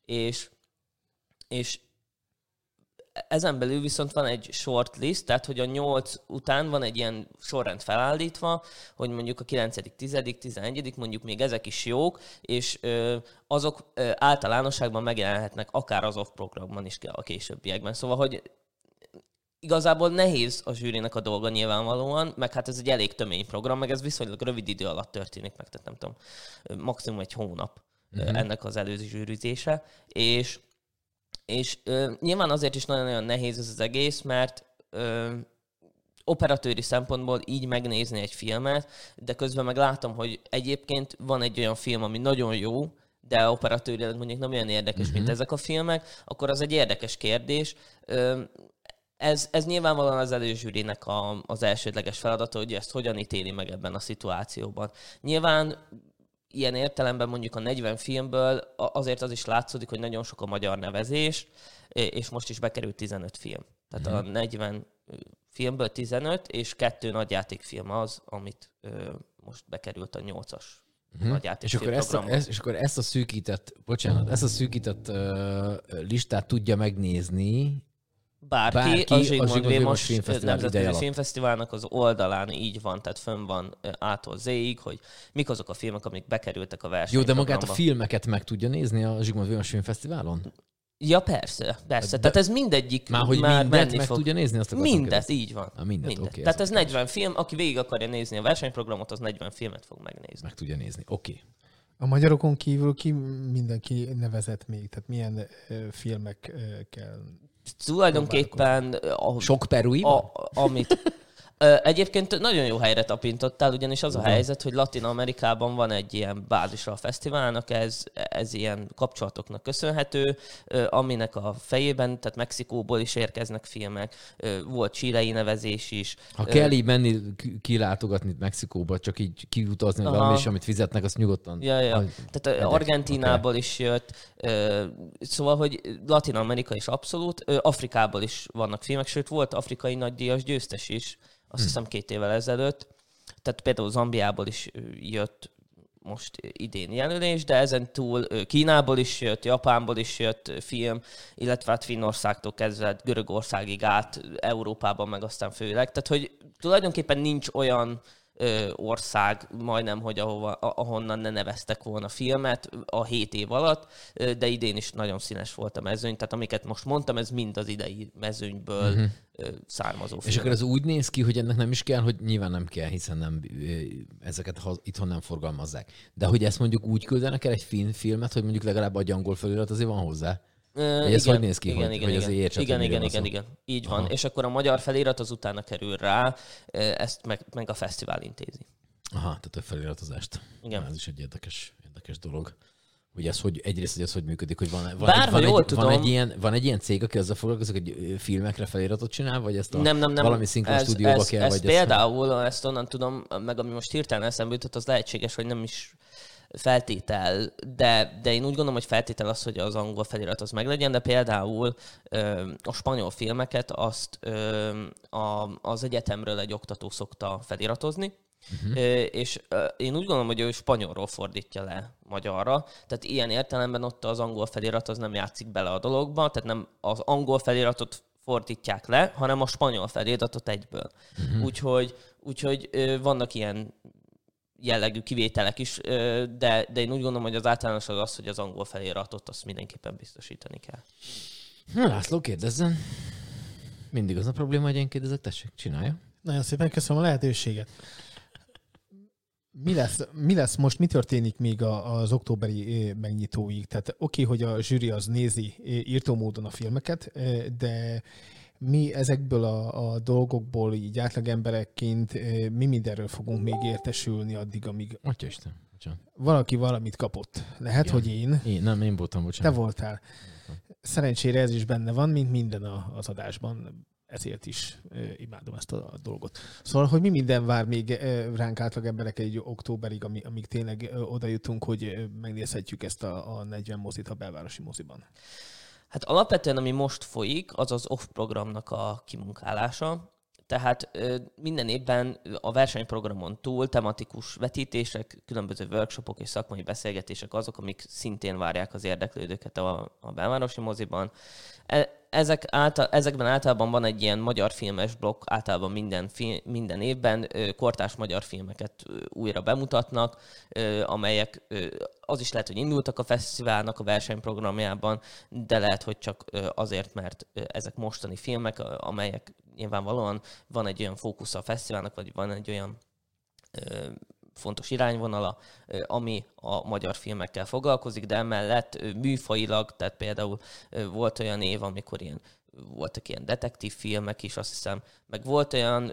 És ezen belül viszont van egy shortlist, tehát hogy a 8 után van egy ilyen sorrend felállítva, hogy mondjuk a 9., 10., 11. mondjuk még ezek is jók, és azok általánosságban megjelenhetnek akár az off programban is a későbbiekben. Szóval, hogy igazából nehéz a zsűrinek a dolga nyilvánvalóan, meg hát ez egy elég tömény program, meg ez viszonylag rövid idő alatt történik meg, tehát nem tudom, maximum 1 hónap ennek az előző zsűrizése, és nyilván azért is nagyon-nagyon nehéz ez az egész, mert operatőri szempontból így megnézni egy filmet, de közben meg látom, hogy egyébként van egy olyan film, ami nagyon jó, de operatőrileg mondjuk nem olyan érdekes, mint ezek a filmek, akkor az egy érdekes kérdés. Ez nyilvánvalóan az előzsűrinek az elsődleges feladata, hogy ezt hogyan ítéli meg ebben a szituációban. Nyilván ilyen értelemben mondjuk a 40 filmből azért az is látszódik, hogy nagyon sok a magyar nevezés, és most is bekerült 15 film. Tehát a 40 filmből 15, és 2 nagyjátékfilm az, amit most bekerült a 8-as nagyjátékfilm programba. És akkor ezt a szűkített listát tudja megnézni Bárki a Zsigmond Vilmos Nemzetközi Filmfesztiválnak az oldalán így van, tehát fönn van A-tól Z-ig, hogy mik azok a filmek, amik bekerültek a versenyprogramba. Jó, de magát a filmeket meg tudja nézni a Zsigmond Vilmos Filmfesztiválon? Ja, persze. Tehát ez mindegyik már mindent meg tudja nézni? Azt mindet, így van. Mindet. Okay, tehát ez 40 film, aki végig akarja nézni a versenyprogramot, az 40 filmet fog megnézni. Meg tudja nézni, oké. A magyarokon kívül mindenki nevezett még? Tehát milyen filmekkel? Tulajdonképpen... Sok perui? Egyébként nagyon jó helyre tapintottál, ugyanis az a helyzet, hogy Latin Amerikában van egy ilyen bázisa a fesztiválnak, ez ilyen kapcsolatoknak köszönhető, aminek a fejében, tehát Mexikóból is érkeznek filmek, volt chilei nevezés is. Ha kell így menni, kilátogatni Mexikóba, csak így kiutazni valami, és amit fizetnek, azt nyugodtan... Ja. Tehát Argentínából is jött, szóval, hogy Latin Amerika is abszolút, Afrikából is vannak filmek, sőt volt afrikai nagydíjas győztes is, azt hiszem 2 évvel ezelőtt. Tehát például Zambiából is jött most idén jelölés, de ezen túl Kínából is jött, Japánból is jött film, illetve hát Finnországtól kezdve Görögországig át, Európában meg aztán főleg. Tehát, hogy tulajdonképpen nincs olyan ország majdnem, hogy ahonnan ne neveztek volna filmet a 7 év alatt, de idén is nagyon színes volt a mezőny, tehát amiket most mondtam, ez mind az idei mezőnyből származó film. És akkor ez úgy néz ki, hogy ennek nem is kell, hogy nyilván nem kell, hiszen nem, ezeket itthon nem forgalmazzák. De hogy ezt mondjuk úgy küldenek el egy finn filmet, hogy mondjuk legalább egy angol felirat azért van hozzá? Ez hogy néz ki, hogy azért értsed, igen. Így van. És akkor a magyar felirat az utána kerül rá, ezt meg a fesztivál intézi. Aha, tehát a feliratozást. Igen. Ez is egy érdekes dolog. Hogy ez hogy, egyrészt, hogy ez hogy működik, hogy van egy ilyen cég, aki azzal foglalkozik, hogy filmekre feliratot csinál, vagy ezt nem. Valami szinkron stúdióba kell? Ez például, ezt onnan tudom, meg ami most hirtelen eszembe jutott, az lehetséges, hogy nem is feltétel, de én úgy gondolom, hogy feltétel az, hogy az angol felirat az meglegyen, de például a spanyol filmeket azt az egyetemről egy oktató szokta feliratozni, és én úgy gondolom, hogy ő spanyolról fordítja le magyarra, tehát ilyen értelemben ott az angol felirat az nem játszik bele a dologba, tehát nem az angol feliratot fordítják le, hanem a spanyol feliratot egyből. Úgyhogy vannak ilyen jellegű kivételek is, de én úgy gondolom, hogy az általános az, hogy az angol feliratot azt mindenképpen biztosítani kell. Na, László, kérdezzen. Mindig az a probléma, hogy én kérdezek, tessék, csinálja. Nagyon szépen köszönöm a lehetőséget. Mi lesz most, mi történik még az októberi megnyitóig? Tehát oké, hogy a zsűri az nézi írtó módon a filmeket, de mi ezekből a dolgokból így átlagemberekként mi mindenről fogunk még értesülni addig, amíg Atyaisten. valaki valamit kapott. Lehet, igen. Hogy én. Nem voltam, bocsánat. Te voltál. Szerencsére ez is benne van, mint minden az adásban. Ezért is imádom ezt a dolgot. Szóval, hogy mi minden vár még ránk átlagemberek egy októberig, amíg tényleg oda jutunk, hogy megnézhetjük ezt a 40 mozit a belvárosi moziban. Hát alapvetően, ami most folyik, az az OFF programnak a kimunkálása. Tehát minden évben a versenyprogramon túl tematikus vetítések, különböző workshopok és szakmai beszélgetések azok, amik szintén várják az érdeklődőket a belvárosi moziban. Ezekben általában van egy ilyen magyar filmes blokk, általában minden évben kortárs magyar filmeket újra bemutatnak, amelyek az is lehet, hogy indultak a fesztiválnak a versenyprogramjában, de lehet, hogy csak azért, mert ezek mostani filmek, amelyek nyilvánvalóan van egy olyan fókusz a fesztiválnak, vagy van egy olyan fontos irányvonala, ami a magyar filmekkel foglalkozik, de emellett műfajilag, tehát például volt olyan év, amikor voltak ilyen detektív filmek is, azt hiszem, meg volt olyan,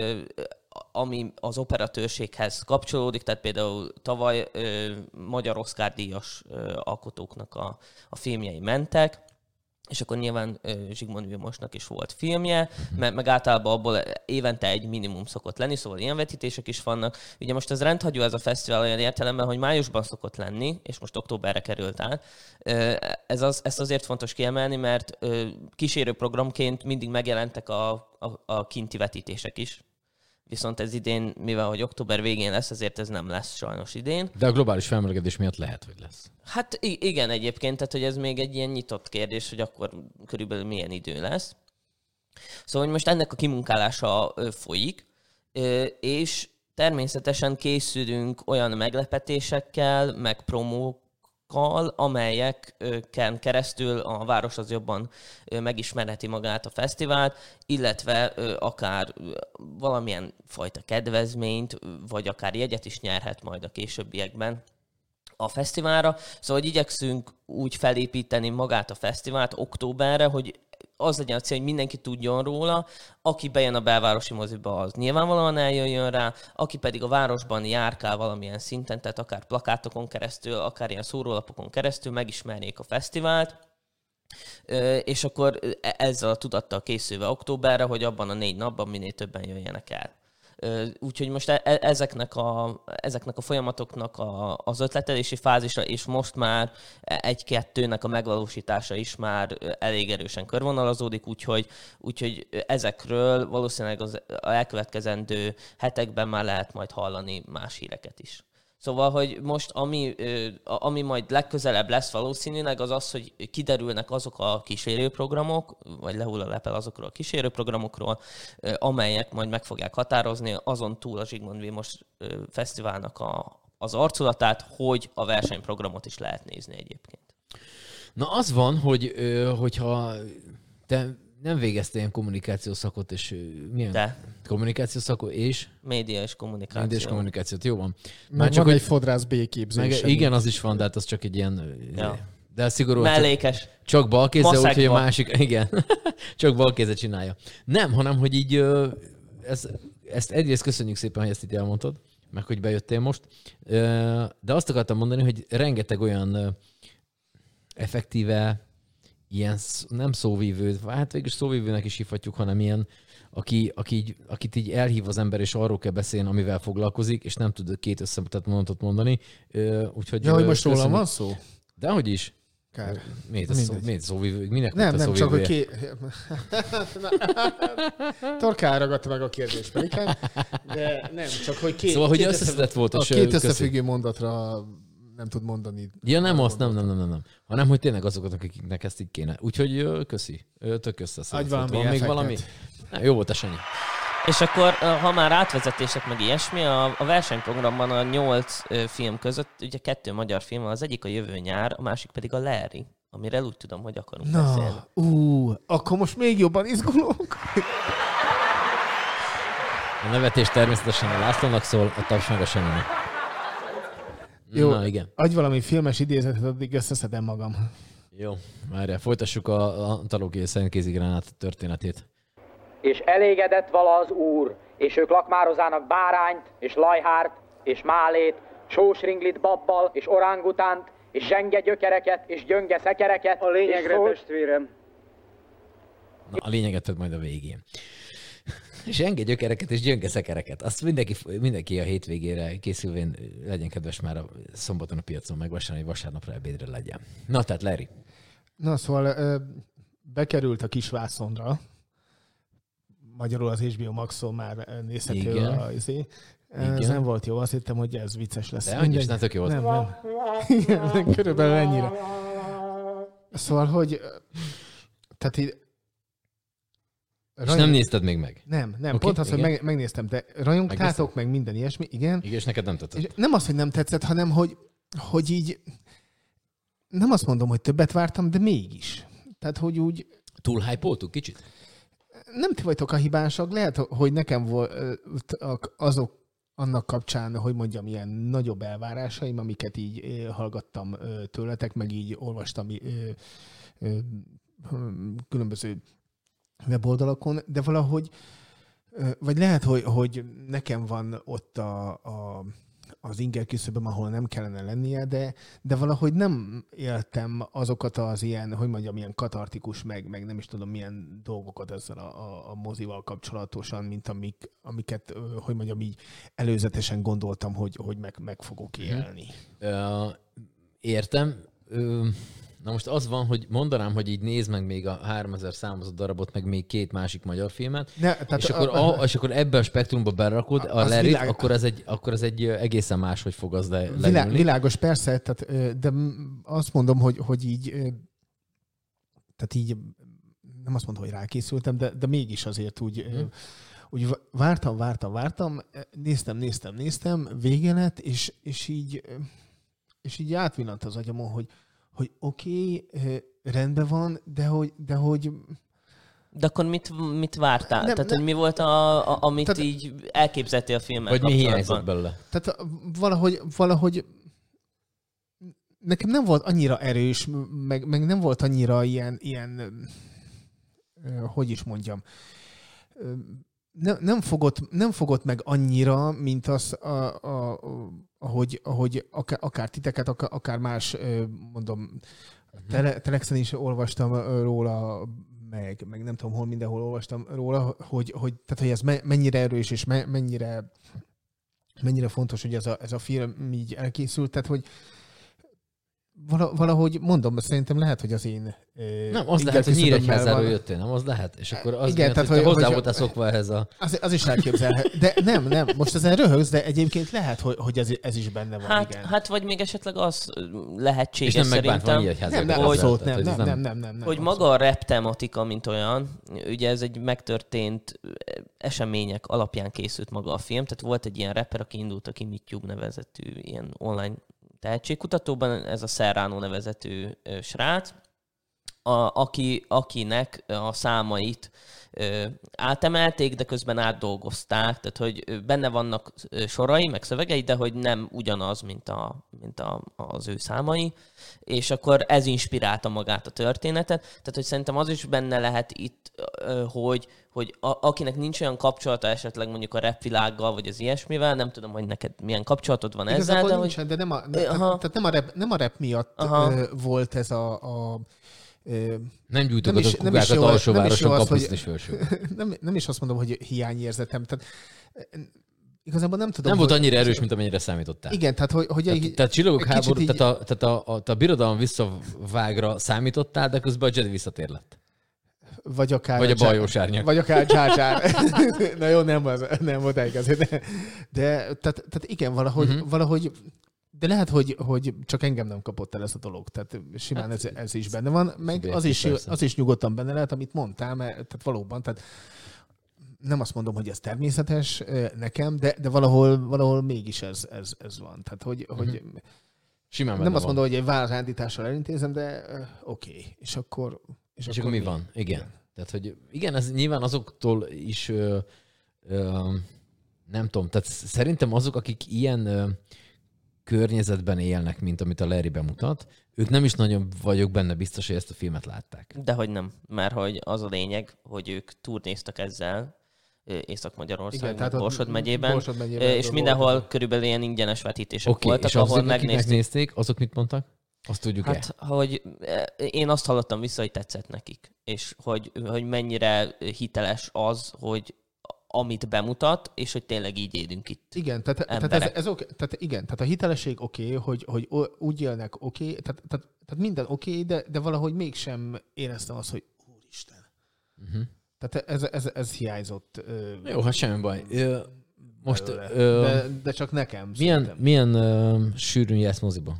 ami az operatőrséghez kapcsolódik, tehát például tavaly magyar Oscar-díjas alkotóknak a filmjei mentek, és akkor nyilván Zsigmond Vilmosnak is volt filmje, meg általában abból évente egy minimum szokott lenni, szóval ilyen vetítések is vannak. Ugye most ez rendhagyó ez a fesztivál olyan értelemben, hogy májusban szokott lenni, és most októberre került át. Ezt azért fontos kiemelni, mert kísérőprogramként mindig megjelentek a kinti vetítések is. Viszont ez idén, mivel hogy október végén lesz, ezért ez nem lesz sajnos idén. De a globális felmelegedés miatt lehet, hogy lesz. Hát igen, egyébként, tehát hogy ez még egy ilyen nyitott kérdés, hogy akkor körülbelül milyen idő lesz. Szóval hogy most ennek a kimunkálása folyik, és természetesen készülünk olyan meglepetésekkel, meg promókkal, amelyeken keresztül a város az jobban megismerheti magát a fesztivált, illetve akár valamilyen fajta kedvezményt, vagy akár jegyet is nyerhet majd a későbbiekben a fesztiválra. Szóval hogy igyekszünk úgy felépíteni magát a fesztivált októberre, hogy az legyen a cél, hogy mindenki tudjon róla, aki bejön a belvárosi moziba, az nyilvánvalóan eljöjjön rá, aki pedig a városban járkál valamilyen szinten, tehát akár plakátokon keresztül, akár ilyen szórólapokon keresztül megismerjék a fesztivált, és akkor ezzel a tudattal készülve októberre, hogy abban a 4 napban minél többen jöjjenek el. Úgyhogy most ezeknek a folyamatoknak az ötletelési fázisa, és most már egy-kettőnek a megvalósítása is már elég erősen körvonalazódik, úgyhogy ezekről valószínűleg az elkövetkezendő hetekben már lehet majd hallani más híreket is. Szóval, hogy most ami majd legközelebb lesz valószínűleg, az az, hogy kiderülnek azok a kísérőprogramok, vagy lehull a lepel azokról a kísérőprogramokról, amelyek majd meg fogják határozni azon túl a Zsigmond Vilmos Fesztiválnak az arculatát, hogy a versenyprogramot is lehet nézni egyébként. Na az van, hogyha te nem végeztél ilyen kommunikációs szakot, és milyen? De. Kommunikációs szakot és? Média és kommunikáció. Média és kommunikációt, jó van. Már csak egy fodrász B-képzés. Igen, az is van, de hát az csak egy ilyen... Ja. De szigorúan mellékes. Csak balkézzel, úgyhogy a másik... Igen, csak balkézzel csinálja. Nem, hanem, hogy így... Ezt egyrészt köszönjük szépen, hogy ezt itt elmondtad, meg hogy bejöttél most. De azt akartam mondani, hogy rengeteg olyan effektíve ilyen nem szóvívő, hát végül szóvívőnek is hívhatjuk, hanem ilyen, akit így elhív az ember, és arról kell beszélni, amivel foglalkozik, és nem tud 2 összetett mondatot mondani. Úgyhogy, hogy most rólam van szó? Dehogy is. Kár. Miért szóvívő? Minek nem, csak hogy Torkán ragadta meg a kérdést, Pelikán, de nem, csak hogy szóval, hogy összeszedett volt, és 2 összefüggő mondatra nem tud mondani. Ja, nem azt, nem. Hanem, hogy tényleg azoknak, akiknek ezt így kéne. Úgyhogy köszi. Tök összeszedett. Van még valami? Jó volt a Sanyi. És akkor, ha már átvezetések meg ilyesmi, a versenyprogramban a 8 film között, ugye 2 magyar film van, az egyik a Jövő nyár, a másik pedig a Larry, amiről úgy tudom, hogy akarunk beszélni. Akkor most még jobban izgulok. A nevetés természetesen a Lászlónak szól, a taps meg a Sanyinak. Jó, na, igen. Adj valami filmes idézetet, addig összeszedem magam. Jó, várjál, folytassuk a Antalógiai Szentkézigránát történetét. És elégedett vala az úr, és ők lakmározának bárányt, és lajhárt, és málét, sósringlit babbal, és orángutánt, és zsenge gyökereket, és gyönge szekereket. A lényegre, testvérem. Na, a lényeget majd a végén. Zsenge gyökereket és gyönge szekereket. Azt mindenki a hétvégére készülvén legyen kedves már a szombaton a piacon megvásárolni, hogy vasárnapra ebédre legyen. Na, tehát Larry. Na, szóval bekerült a Kisvászonra. Magyarul az HBO Maxon már nézhető ez nem volt jó, azt hittem, hogy ez vicces lesz. De annyis nem tök jó volt. Nem. Igen, körülbelül ennyire. Szóval, hogy tehát így és nem nézted még meg? Nem. Okay, pont az, hogy megnéztem, de rajongtátok meg minden ilyesmi, igen. Igen, és neked nem tetszett. És nem az, hogy nem tetszett, hanem hogy így nem azt mondom, hogy többet vártam, de mégis. Tehát, hogy úgy... Túl hype-oltuk kicsit? Nem ti vagytok a hibásak, lehet, hogy nekem volt azok annak kapcsán, hogy mondjam, ilyen nagyobb elvárásaim, amiket így hallgattam tőletek, meg így olvastam különböző weboldalakon, de valahogy, vagy lehet, hogy nekem van ott az inger küszöböm, ahol nem kellene lennie, de valahogy nem éltem azokat az ilyen, hogy mondjam, ilyen katartikus, meg nem is tudom milyen dolgokat ezzel a mozival kapcsolatosan, mint amiket, hogy mondjam, így előzetesen gondoltam, hogy meg fogok élni. Értem. Na most az van, hogy mondanám, hogy így nézd meg még a 3000 számozott darabot, meg még 2 másik magyar filmet, és akkor ebbe a spektrumba berakod a Larryt, akkor ez egy egészen máshogy fog az leülni. Világos, persze, tehát, de azt mondom, hogy így, tehát így, nem azt mondom, hogy rákészültem, de mégis azért úgy vártam, néztem, vége lett, és így átvillant az agyamon, hogy oké, rendben van, de hogy... De akkor mit vártál? Tehát, hogy mi volt, amit így elképzeltél a filmmel vagy mi hiányzott belőle? Tehát valahogy nekem nem volt annyira erős, meg nem volt annyira ilyen hogy is mondjam, nem fogott meg annyira, mint az, ahogy akár titeket, akár más, mondom, Telexen is olvastam róla, meg nem tudom hol, mindenhol olvastam róla, hogy ez mennyire erős, és mennyire fontos, hogy ez a film így elkészült, tehát hogy valahogy mondom, szerintem lehet, hogy az én... Nem, az lehet, hogy Nyíregyházáról jöttél, nem? Az lehet. És akkor az igen, miatt, hogy hozzá voltál szokva ehhez a... Az is elképzelhető. De nem, most ezen röhögsz, de egyébként lehet, hogy ez is benne van, igen. Hát vagy még esetleg az lehetséges és nem szerintem. Nem. Hogy maga a rap tematika, mint olyan, ugye ez egy megtörtént események alapján készült maga a film, tehát volt egy ilyen rapper, aki indult a Kimitube nevezetű ilyen online tehetségkutatóban, ez a Serrano nevezetű srác, akinek a számait átemelték, de közben átdolgozták, tehát hogy benne vannak sorai, meg szövegei, de hogy nem ugyanaz, mint az ő számai, és akkor ez inspirálta magát a történetet. Tehát, hogy szerintem az is benne lehet itt, hogy akinek nincs olyan kapcsolata esetleg mondjuk a rap világgal, vagy az ilyesmivel, nem tudom, hogy neked milyen kapcsolatod van ezzel. De nincsen, de nem a rap miatt volt ez a nem gyújtogatott kugákat alsóvároson kapusznis felső. Nem is azt mondom, hogy hiányérzetem. Tehát, igazából nem tudom. Nem volt annyira erős, mint amennyire számítottál. Igen, tehát Csillagok háború, így... tehát a birodalom visszavágra számítottál, de közben a Jedi visszatér lett. Vagy a bajós árnyak. Vagy akár Jar Jar. Na jó, nem volt azért. De tehát igen, valahogy de lehet, hogy csak engem nem kapott el ez a dolog. Tehát simán ez is benne van. Meg az is nyugodtan benne lehet, amit mondtál, mert tehát valóban, tehát nem azt mondom, hogy ez természetes nekem, de valahol mégis ez van. Tehát, hogy simán nem azt mondom, hogy egy vállásrándítással elintézem, de oké. És akkor mi van? Igen. Tehát, hogy igen, ez nyilván azoktól is nem tudom, tehát szerintem azok, akik ilyen környezetben élnek, mint amit a Larry bemutat, ők nem is nagyon vagyok benne biztos, hogy ezt a filmet látták. Dehogy nem, mert hogy az a lényeg, hogy ők turnéztak ezzel Észak-Magyarországon, Borsod megyében, és mindenhol körülbelül ilyen ingyenes vetítések voltak, és ahol megnézték, azok mit mondtak? Azt tudjuk-e? Hát, hogy én azt hallottam vissza, hogy tetszett nekik, és hogy mennyire hiteles az, hogy amit bemutat, és hogy tényleg így élünk itt. Igen, tehát ez oké. Tehát a hitelesség oké, hogy úgy élnek oké, tehát minden oké, de valahogy mégsem éreztem azt, hogy úristen. Uh-huh. Tehát ez hiányzott. Jó, hát semmi baj. Most, de csak nekem. Milyen sűrűn jársz moziba?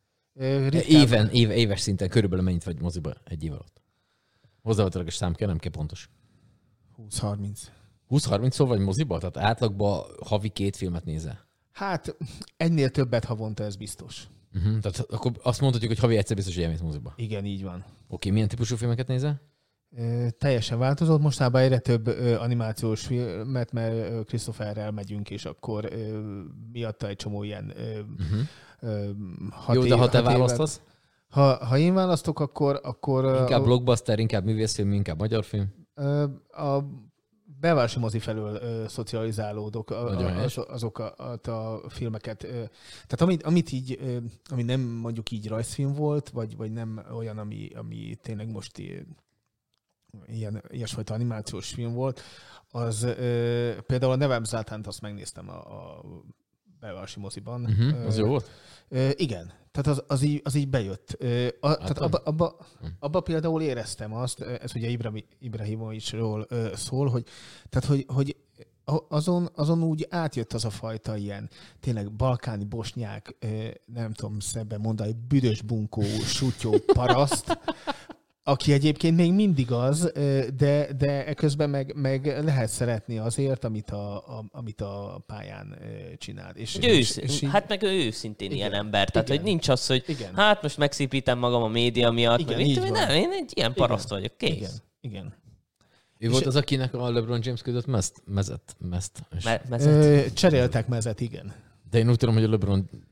Éves szinten körülbelül mennyit vagy moziba egy év alatt? Hozzávetőleges szám kell, nem kell pontos. 20-30. 20-30-szor vagy moziba? Tehát átlagban havi 2 filmet nézel? Hát ennél többet havonta, ez biztos. Uh-huh. Tehát akkor azt mondhatjuk, hogy havi egyszer biztos, hogy elmész moziba. Igen, így van. Oké, milyen típusú filmeket nézel? Teljesen változott. Mostában egyre több animációs filmet, mert Christopherrel megyünk, és akkor miatta egy csomó ilyen Jó, de ha te választasz? Ha én választok, akkor inkább blockbuster, inkább művészfilm, inkább magyar film? A belvárosi mozi felől szocializálódok azokat a filmeket. Tehát ami nem mondjuk így rajzfilm volt, vagy nem olyan, ami tényleg most ilyesfajta animációs film volt, az például a Nevem Zátánt azt megnéztem a belvárosi moziban. Uh-huh, az jó volt? Igen. Tehát az így bejött. Tehát abba például éreztem azt, ez ugye Ibrahimovicsról szól, hogy azon úgy átjött az a fajta ilyen tényleg balkáni bosnyák, nem tudom szebben mondani, büdös bunkó, sutyó paraszt, aki egyébként még mindig az, de eközben meg lehet szeretni azért, amit a pályán csinál. Hát meg ő őszintén ilyen ember. Tehát, hogy nincs az, hogy hát most megszépítem magam a média miatt. Igen, nem, én egy ilyen paraszt vagyok. Kész. Igen. Ő volt az, akinek a LeBron James küldött mezet? Cseréltek mezet, igen. De én úgy tudom, hogy a LeBron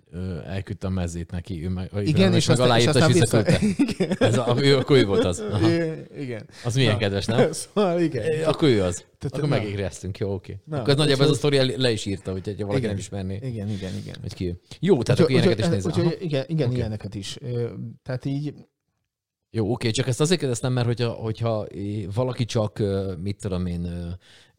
elküldte a mezzét neki, ő meg, igen, és meg aláírta, és visszaküldte. Akkor ő volt az. Aha. Igen. Az milyen kedves, nem? Szóval igen. Akkor ő az. Akkor megégreztünk, jó, oké. Akkor nagyjából ez a sztori le is írta, úgyhogy valaki nem ismerné. Igen. Hogy ki ő. Jó, tehát akkor ilyeneket is nézem. Igen, ilyeneket is. Tehát így... Jó, oké, csak ezt azért kérdeztem, mert hogyha valaki csak, mit tudom én,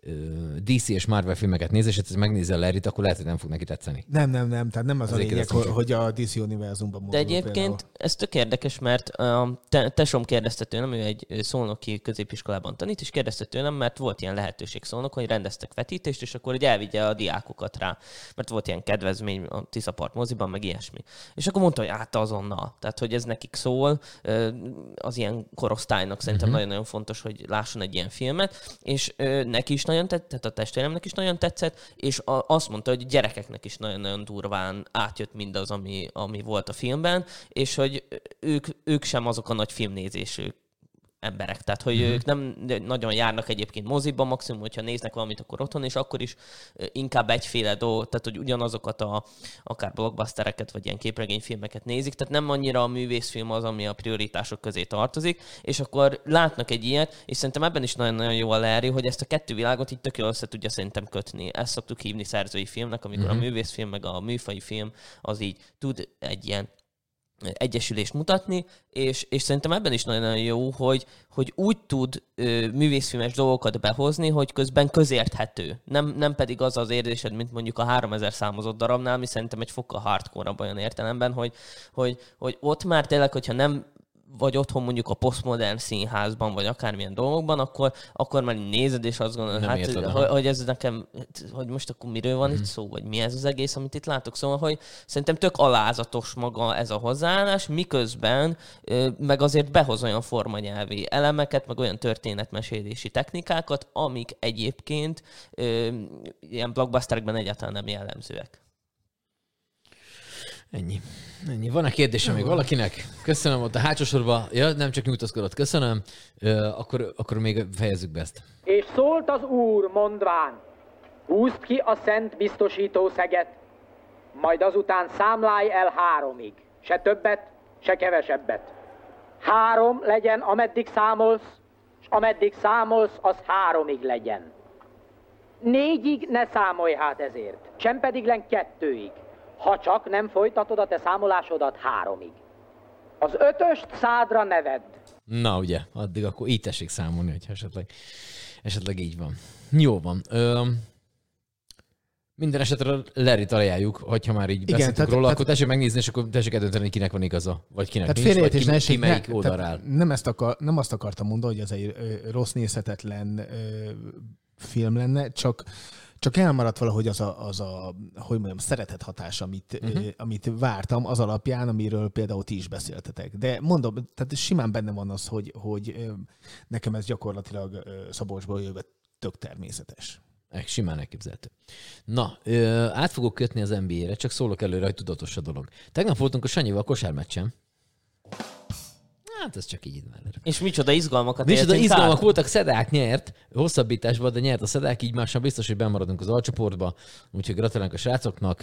DC és Marvel filmeket néz, és ezt megnézi a Larryt, akkor lehet, hogy nem fog neki tetszeni. Nem. Tehát nem az a lényeg, hogy a DC univerzumban mozog. De egyébként például. Ez tök érdekes, mert tesom kérdezte tőlem, ő egy szolnoki középiskolában tanít, és kérdezte tőlem, mert volt ilyen lehetőség Szolnok, hogy rendeztek vetítést, és akkor elvigye a diákokat rá. Mert volt ilyen kedvezmény a Tiszapart moziban, meg ilyesmi. És akkor mondta, hogy azonnal. Tehát, hogy ez nekik szól, az ilyen korosztálynak szerintem nagyon-nagyon fontos, hogy lásson egy ilyen filmet, és neki is nagyon tetszett, tehát a testvéremnek is nagyon tetszett, és azt mondta, hogy gyerekeknek is nagyon-nagyon durván átjött mindaz, ami volt a filmben, és hogy ők sem azok a nagy filmnézésű emberek. Tehát, hogy ők nem nagyon járnak egyébként moziba, maximum, hogyha néznek valamit, akkor otthon, és akkor is inkább egyféle dolog, tehát, hogy ugyanazokat akár blockbustereket, vagy ilyen képregényfilmeket nézik, tehát nem annyira a művészfilm az, ami a prioritások közé tartozik, és akkor látnak egy ilyet, és szerintem ebben is nagyon-nagyon jó a Larry, hogy ezt a kettő világot így tök jól össze tudja szerintem kötni. Ezt szoktuk hívni szerzői filmnek, amikor a művészfilm meg a műfaji film az így tud egy ilyen egyesülést mutatni, és szerintem ebben is nagyon jó, hogy úgy tud művészfilmes dolgokat behozni, hogy közben közérthető. Nem pedig az az érzésed, mint mondjuk a 3000 számozott darabnál, ami szerintem egy fokkal hardcore-abb olyan értelemben, hogy ott már tényleg, hogyha nem vagy otthon mondjuk a posztmodern színházban, vagy akármilyen dolgokban, akkor már nézed, és azt gondolod, hogy ez nekem, hogy most akkor miről van itt szó, vagy mi ez az egész, amit itt látok. Szóval, hogy szerintem tök alázatos maga ez a hozzáállás, miközben meg azért behoz olyan formanyelvi elemeket, meg olyan történetmesélési technikákat, amik egyébként ilyen blockbusterekben egyáltalán nem jellemzőek. Ennyi. Van-e kérdése még valakinek? Köszönöm, ott a hátsó sorba. Ja, nem csak nyújtózkodott, köszönöm. Akkor még fejezzük be ezt. És szólt az Úr, mondván, húzd ki a szent biztosító szeget, majd azután számlálj el 3-ig. Se többet, se kevesebbet. 3 legyen, ameddig számolsz, és ameddig számolsz, az 3-ig legyen. 4-ig ne számolj hát ezért, sem pedig len 2-ig. Ha csak nem folytatod a te számolásodat 3-ig. Az 5-öst szádra ne vedd. Na ugye, addig akkor így tessék számolni, hogy esetleg így van. Jó van. Minden esetre Larryt ajánljuk, hogyha már így beszéltünk róla, akkor tessék megnézni, és akkor tessék eldönteni, kinek van igaza, vagy kinek nincs, vagy ki melyik oldalra áll. Nem azt akartam mondani, hogy ez egy rossz nézhetetlen film lenne, csak elmaradt valahogy az a hogy mondjam, szeretet hatás, amit vártam az alapján, amiről például ti is beszéltetek. De mondom, tehát simán benne van az, hogy nekem ez gyakorlatilag Szabolcsból jövő tök természetes. Simán elképzelhető. Na, át fogok kötni az NBA-re, csak szólok előre, hogy tudatos a dolog. Tegnap voltunk a Sanyival kosármeccsen. Hát ez csak így van. És micsoda izgalmakat Micsoda izgalmak voltak, Szedák nyert, hosszabbításban, de nyert a Szedák, így már biztos, hogy bemaradunk az alcsoportba, úgyhogy gratulálunk a srácoknak.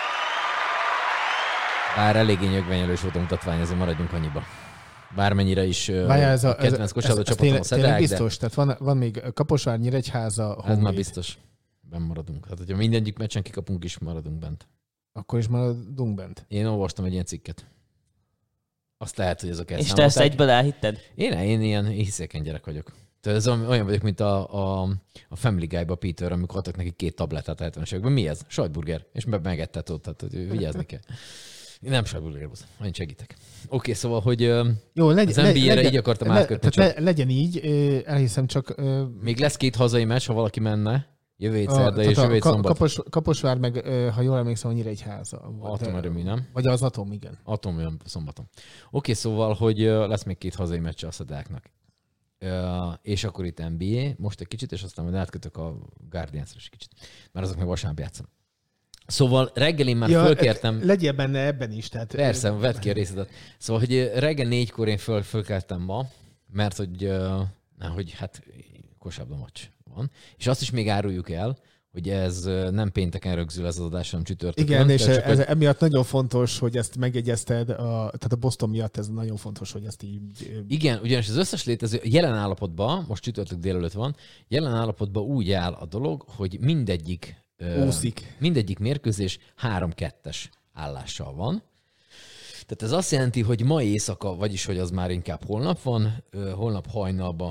Bár eléggé nyögvenyelős volt a mutatvány, ezért maradjunk annyiba. Bármennyire is a kedvenc kosárlabda csapatom a Szedák, tényleg biztos, de... tehát van még Kaposvár, Nyíregyháza, ez már biztos. Benn maradunk. Hát, hogyha mindegyik meccsen kikapunk is, maradunk bent. Akkor is maradunk bent? Én olvastam egy ilyen cikket. Azt lehet, hogy ezek és te ezt egyből elhitted? Én ilyen hiszékeny gyerek vagyok. Tehát ez olyan vagyok, mint a Family Guy-ba Peter, amikor adtak neki 2 tablettát a 70-es években. Mi ez? Sajtburger. És megettet ott, tehát vigyázni kell. Nem sajtburger volt. Annyit segítek. Oké, szóval, hogy jó, az NBA-re így akartam átkötni. Tehát legyen így, elhiszem csak... Még lesz 2 hazai meccs, ha valaki menne. Jövő hét szerda és jövő hét szombat. Kaposvár meg, ha jól emlékszem, a Nyíregyháza. Atomerőmű, nem? Vagy az Atom, igen. Atom jön szombaton. Oké, szóval, hogy lesz még 2 hazai meccse a Szedáknak. És akkor itt NBA, most egy kicsit, és aztán majd átkötök a Guardians-ra is kicsit. Mert azok meg vasárnap játszanak. Szóval reggel én már fölkértem... Legyél benne ebben is. Tehát... Persze, vedd ki a részletet. Szóval, hogy reggel 4-kor én fölkeltem ma, mert hogy hát kosárlabda meccs van. És azt is még áruljuk el, hogy ez nem pénteken rögzül ez az adás, hanem csütörtökön. Igen, és ez emiatt nagyon fontos, hogy ezt megjegyezted, tehát a Boston miatt ez nagyon fontos, hogy ezt így... Igen, ugyanis az összes létező jelen állapotban, most csütörtök délelőtt van, jelen állapotban úgy áll a dolog, hogy mindegyik mérkőzés 3-2-es állással van. Tehát ez azt jelenti, hogy ma éjszaka, vagyis hogy az már inkább holnap van, holnap hajnalba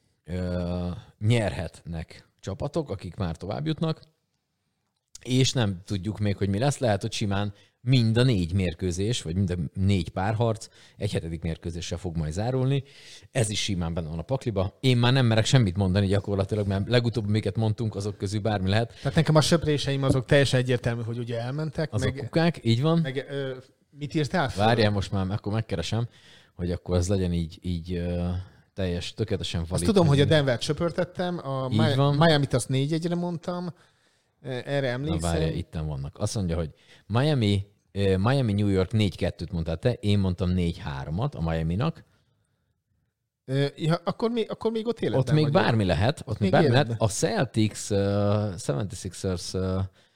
nyerhetnek csapatok, akik már tovább jutnak, és nem tudjuk még, hogy mi lesz. Lehet, hogy simán mind a 4 mérkőzés, vagy mind a 4 párharc egy 7. mérkőzéssel fog majd zárulni. Ez is simán benne van a pakliba. Én már nem merek semmit mondani gyakorlatilag, mert legutóbb miket mondtunk, azok közül bármi lehet. Tehát nekem a söpréseim azok teljesen egyértelmű, hogy ugye elmentek. Azok kukák, így van. Mit írtál fel? Várjál, most már akkor megkeresem, hogy akkor ez legyen így teljes, tökéletesen valid. Azt tudom, hogy a Denvert söpörtettem, a Miami-t azt 4-1-re mondtam, erre emlékszem. Na várjál, itten vannak. Azt mondja, hogy Miami New York 4-2-t mondtál te, én mondtam 4-3-at a Miami-nak. Ja, akkor még ott életben ott még vagy. Bármi lehet. Ott még bármi lehet. A Celtics 76ers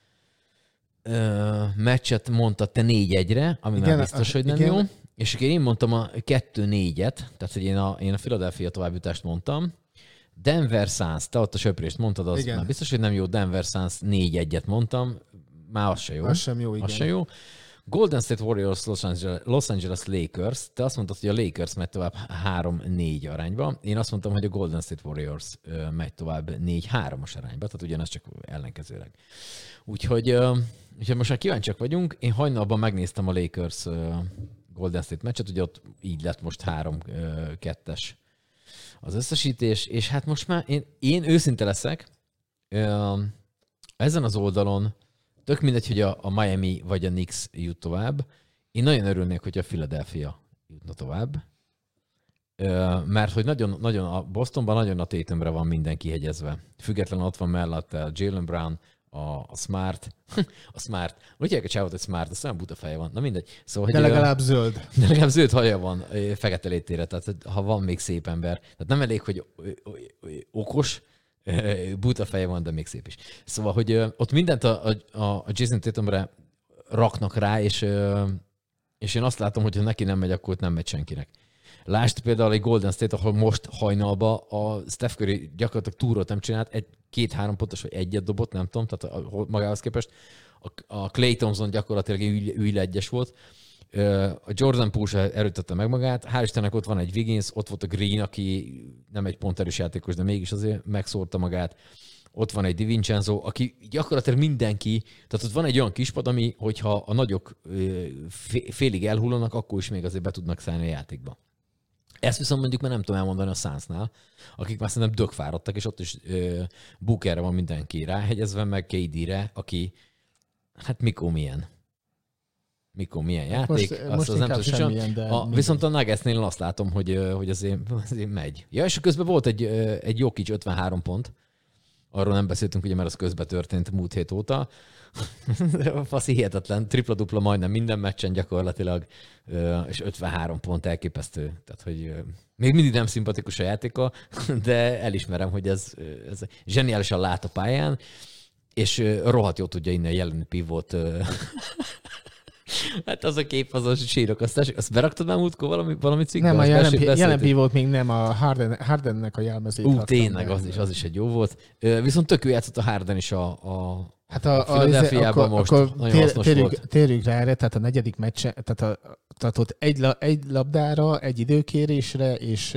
meccset mondtad te 4-1-re, ami igen, már biztos, hogy nem jó. És akkor én mondtam a 2-4-et, tehát hogy én a Philadelphia továbbjutást mondtam. Denver Suns, te ott a söprést mondtad, az már biztos, hogy nem jó. Denver Suns 4-1-et mondtam, már az se jó. Az sem jó, igen. Az se jó. Golden State Warriors, Los Angeles Lakers, te azt mondtad, hogy a Lakers megy tovább 3-4 arányba. Én azt mondtam, hogy a Golden State Warriors megy tovább 4-3-as arányba, tehát ugyanaz csak ellenkezőleg. Úgyhogy most már kíváncsiak vagyunk. Én hajnalban megnéztem a Lakers Golden State meccset, ugye ott így lett most 3-2-es az összesítés, és hát most már én őszinte leszek, ezen az oldalon tök mindegy, hogy a Miami vagy a Knicks jut tovább. Én nagyon örülnék, hogy a Philadelphia jutna tovább, mert hogy nagyon a Bostonban nagyon a Tatumre van mindenki hegyezve. Függetlenül ott van mellette a Jaylen Brown, a Smart. A Smart. Úgy hívják a csávot, hogy Smart, az olyan buta feje van. Na mindegy. Szóval, de legalább zöld. De legalább zöld haja van, fekete létére, tehát ha van még szép ember. Tehát nem elég, hogy okos, buta feje van, de még szép is. Szóval, hogy ott mindent a Jason Tatumre raknak rá, és én azt látom, hogy ha neki nem megy, akkor ott nem megy senkinek. Lásd például egy Golden State, ahol most hajnalban a Steph Curry gyakorlatilag túrót nem csinált, 2-3 pontos, vagy egyet dobott, nem tudom, tehát magához képest. A Klay Thompson gyakorlatilag űle egyes volt. A Jordan Poole se erőtette meg magát. Hál' Istennek ott van egy Wiggins, ott volt a Green, aki nem egy ponterős játékos, de mégis azért megszórta magát. Ott van egy DiVincenzo, aki gyakorlatilag mindenki, tehát ott van egy olyan kispad, ami, hogyha a nagyok félig elhullanak, akkor is még azért be tudnak szállni a játékba. Ezt viszont mondjuk már nem tudom elmondani a Sunsnál, akik már szerintem dögfáradtak, és ott is Bookerre van mindenki ráhegyezve, meg KD-re, aki hát mikor milyen játék. Most az nem tudom, viszont a Nuggetsnél azt látom, hogy azért megy. Ja, és közben volt egy Jokic 53 pont. Arról nem beszéltünk, ugye, mert az közben történt múlt hét óta. Faszi hihetetlen, tripla-dupla majdnem minden meccsen gyakorlatilag, és 53 pont elképesztő. Tehát, hogy még mindig nem szimpatikus a játéka, de elismerem, hogy ez zseniálisan lát a pályán, és rohadt jól tudja innen jelenni pivot. Hát az a kép, az a sírok. Azt beraktad már múltkor valami cikkben? Nem, a jelen pivot még nem, a Hardennek a jelmezét. Tényleg, az is egy jó volt. Viszont tök ő játszott a Harden is a Philadelphiában most. Akkor nagyon hasznos volt. Térjük rá erre, tehát a negyedik meccse, tehát ott egy labdára, egy időkérésre, és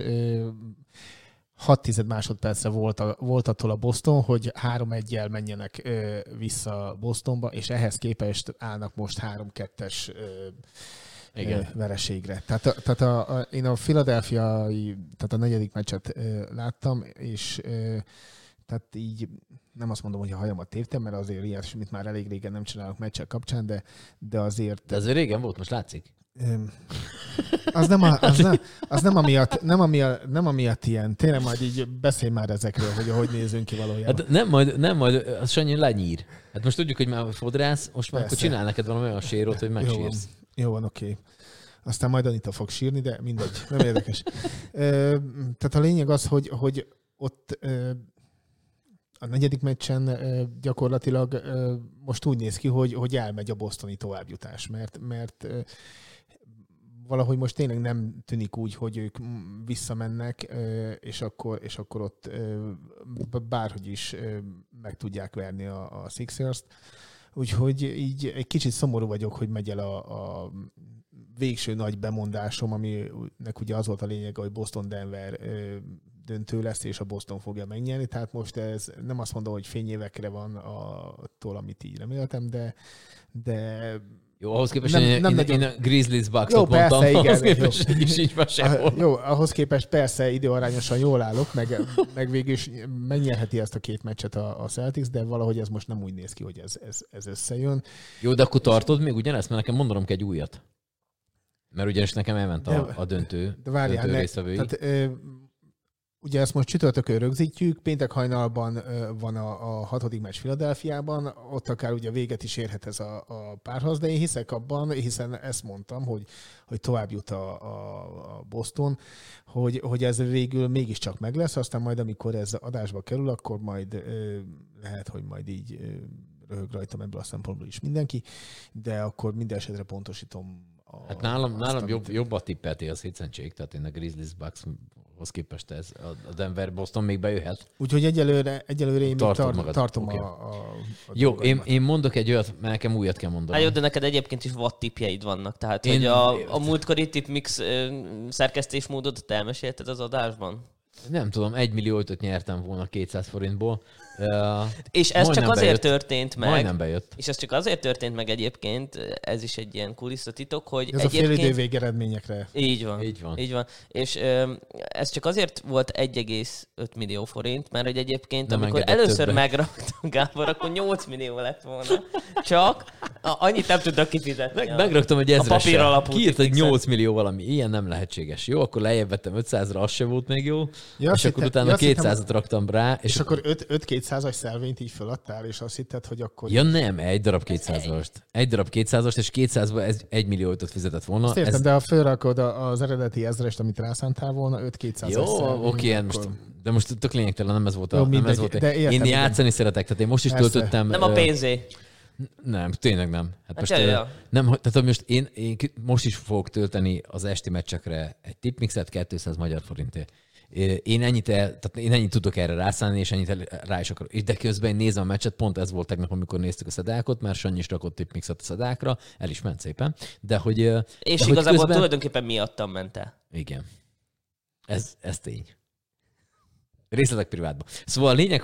6 másodpercre volt attól a Boston, hogy 3-1-jel menjenek vissza Bostonba, és ehhez képest állnak most 3-2-es vereségre. Tehát én a Philadelphia-i, tehát a negyedik meccset láttam, és tehát így nem azt mondom, hogy a hajamat téptem, mert azért ilyesmit már elég régen nem csinálok meccsek kapcsán, de azért... De azért régen volt, most látszik. Az nem amiatt ilyen. Tényleg majd így beszélj már ezekről, hogy nézünk ki valójában. Hát nem majd, az Sanyi lenyír. Hát most tudjuk, hogy már fodrász, most már akkor csinál neked valami olyan sérót, hogy megsírsz. Jó van, oké. Aztán majd Anita fog sírni, de mindegy, nem érdekes. Tehát a lényeg az, hogy ott a negyedik meccsen gyakorlatilag most úgy néz ki, hogy elmegy a bostoni továbbjutás, mert valahogy most tényleg nem tűnik úgy, hogy ők visszamennek, és akkor ott bárhogy is meg tudják verni a Sixers-t. Úgyhogy így egy kicsit szomorú vagyok, hogy megy el a végső nagy bemondásom, aminek ugye az volt a lényege, hogy Boston-Denver döntő lesz, és a Boston fogja megnyerni. Tehát most ez nem azt mondom, hogy fényévekre van attól, amit így reméltem, de jó, ahhoz képest nem én a Grizzlies Bucks-ot mondtam, persze, ahhoz igen, képest így van sehol. Jó, ahhoz képest persze időarányosan jól állok, meg végül is megnyerheti ezt a két meccset a Celtics, de valahogy ez most nem úgy néz ki, hogy ez összejön. Jó, de akkor tartod még ugyanezt, mert nekem mondanom kell egy újat. Mert ugyanis nekem elment a döntő résztvevői. Ugye ezt most csütörtökön rögzítjük, péntek hajnalban van a 6. meccs Philadelphiában, ott akár ugye véget is érhet ez a párharc, de én hiszek abban, hiszen ezt mondtam, hogy tovább jut a Boston, hogy ez végül mégiscsak meg lesz, aztán majd amikor ez adásba kerül, akkor majd lehet, hogy majd így röhög rajtam ebből a szempontból is mindenki, de akkor minden esetre pontosítom. Hát nálam jobb a tippelté az hétszentség, tehát én a Grizzlies Buckshoz képest ez a Denver Boston még bejöhet. Úgyhogy egyelőre én tartom okay. a jó, én mondok egy olyat, mert nekem újat kell mondani. Hát jó, de neked egyébként is vad tippjeid vannak. Tehát, hogy a múltkori tipmix szerkesztésmódot elmesélted az adásban? Nem tudom, 1 milliót nyertem volna 200 forintból. És ez csak azért történt meg. Majdnem bejött. És ez csak azért történt meg egyébként, ez is egy ilyen kulisszatitok, hogy ez egyébként... a félidő végeredményekre. Így van. És ez csak azért volt 1,5 millió forint, mert hogy egyébként, nem amikor először megraktam Gábor, akkor 8 millió lett volna. Csak annyit nem tudtak kifizetni. Megraktam egy ezressel. Kiírt egy 8 fixet. millió valami. Ilyen nem lehetséges. Jó, akkor lejjebb vettem 500-ra, az se volt még jó. Ja, és akkor utána 200-at raktam rá. És akkor 5-200-as szelvényt így föladtál, és azt hitted, hogy akkor... Ja nem, egy darab 200-ast. Egy darab 200-ast, és 200-ba ez 1 milliót fizetett volna. Azt értem, de ha fölrakod az eredeti ezrest, amit rászántál volna, 5-200-as jó, oké, akkor... de most tök lényegtelen, nem ez volt. Jó, mindegy, nem ez volt. de értem, én játszani szeretek, tehát én most is persze. töltöttem. Nem a pénzé. Nem, tényleg nem. Hát nem, tehát most én most is fogok tölteni az esti meccsekre egy tipmixet 200 magyar forintért. Én ennyit tudok erre rászállni, és ennyit rá is akarok. De közben én nézem a meccset, pont ez volt tegnap, amikor néztük a szedákot, mert Sanyi is rakott tipmixet a szedákra, el is ment szépen. De hogy... És de igazából hogy közben... tulajdonképpen miattam ment el. Igen. Ez tény. Részletek privátban. Szóval a lényeg,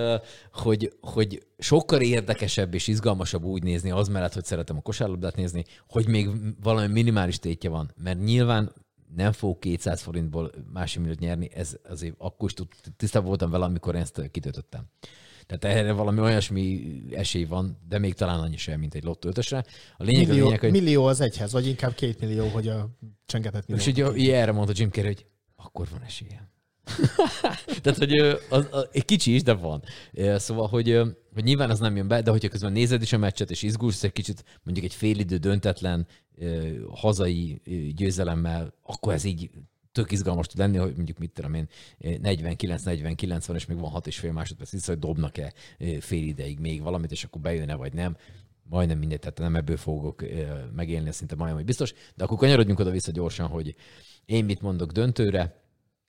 hogy sokkal érdekesebb és izgalmasabb úgy nézni az mellett, hogy szeretem a kosárlabdát nézni, hogy még valami minimális tétje van. Mert nyilván nem fogok 200 forintból másik milliót nyerni, ez azért akkor is tisztában voltam vele, amikor én ezt kitöltöttem. Tehát erre valami olyasmi esély van, de még talán annyi sem, mint egy lottó ötösre. A lényeg, hogy... Millió az egyhez, vagy inkább 2 millió, hogy a csengetett millió. És így erre mondta Jim Carrey, hogy akkor van esélye. Tehát, hogy egy kicsi is, de van. Szóval, hogy nyilván az nem jön be, de hogyha közben nézed is a meccset, és izgulsz egy kicsit, mondjuk egy félidő döntetlen hazai győzelemmel, akkor ez így tök izgalmas tud lenni, hogy mondjuk mit tudom én, 49-49 van, és még van 6,5 másodperc vissza, hogy dobnak-e fél ideig még valamit, és akkor bejön-e vagy nem. Majdnem mindegy, tehát nem ebből fogok megélni, szinte majdnem, hogy biztos. De akkor kanyarodjunk oda-vissza gyorsan, hogy én mit mondok döntőre.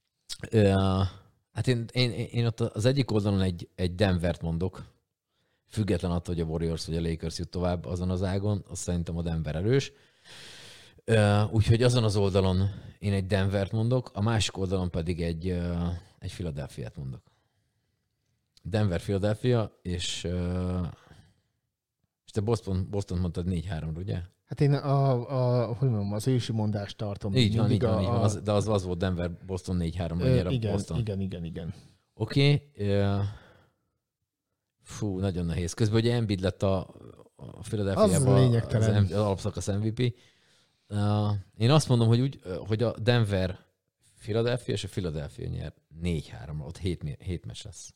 Hát én ott az egyik oldalon egy Denvert mondok, független attól, hogy a Warriors vagy a Lakers jut tovább azon az ágon, azt szerintem a Denver erős. Úgyhogy azon az oldalon én egy Denvert mondok, a másik oldalon pedig egy Philadelphiát mondok. Denver-Philadelphia, és te Boston mondtad 4-3-ra, ugye? Hát én hogy mondom, az ősi mondást tartom. Így van, de az volt Denver, Boston 4-3-ra nyer a Boston. Igen. Oké. Fú, nagyon nehéz. Közben ugye Embiid lett a Philadelphia-ban az alapszakasz MVP. Én azt mondom, hogy a Denver Philadelphia és a Philadelphia nyer 4-3-ra, ott 7 meccs lesz.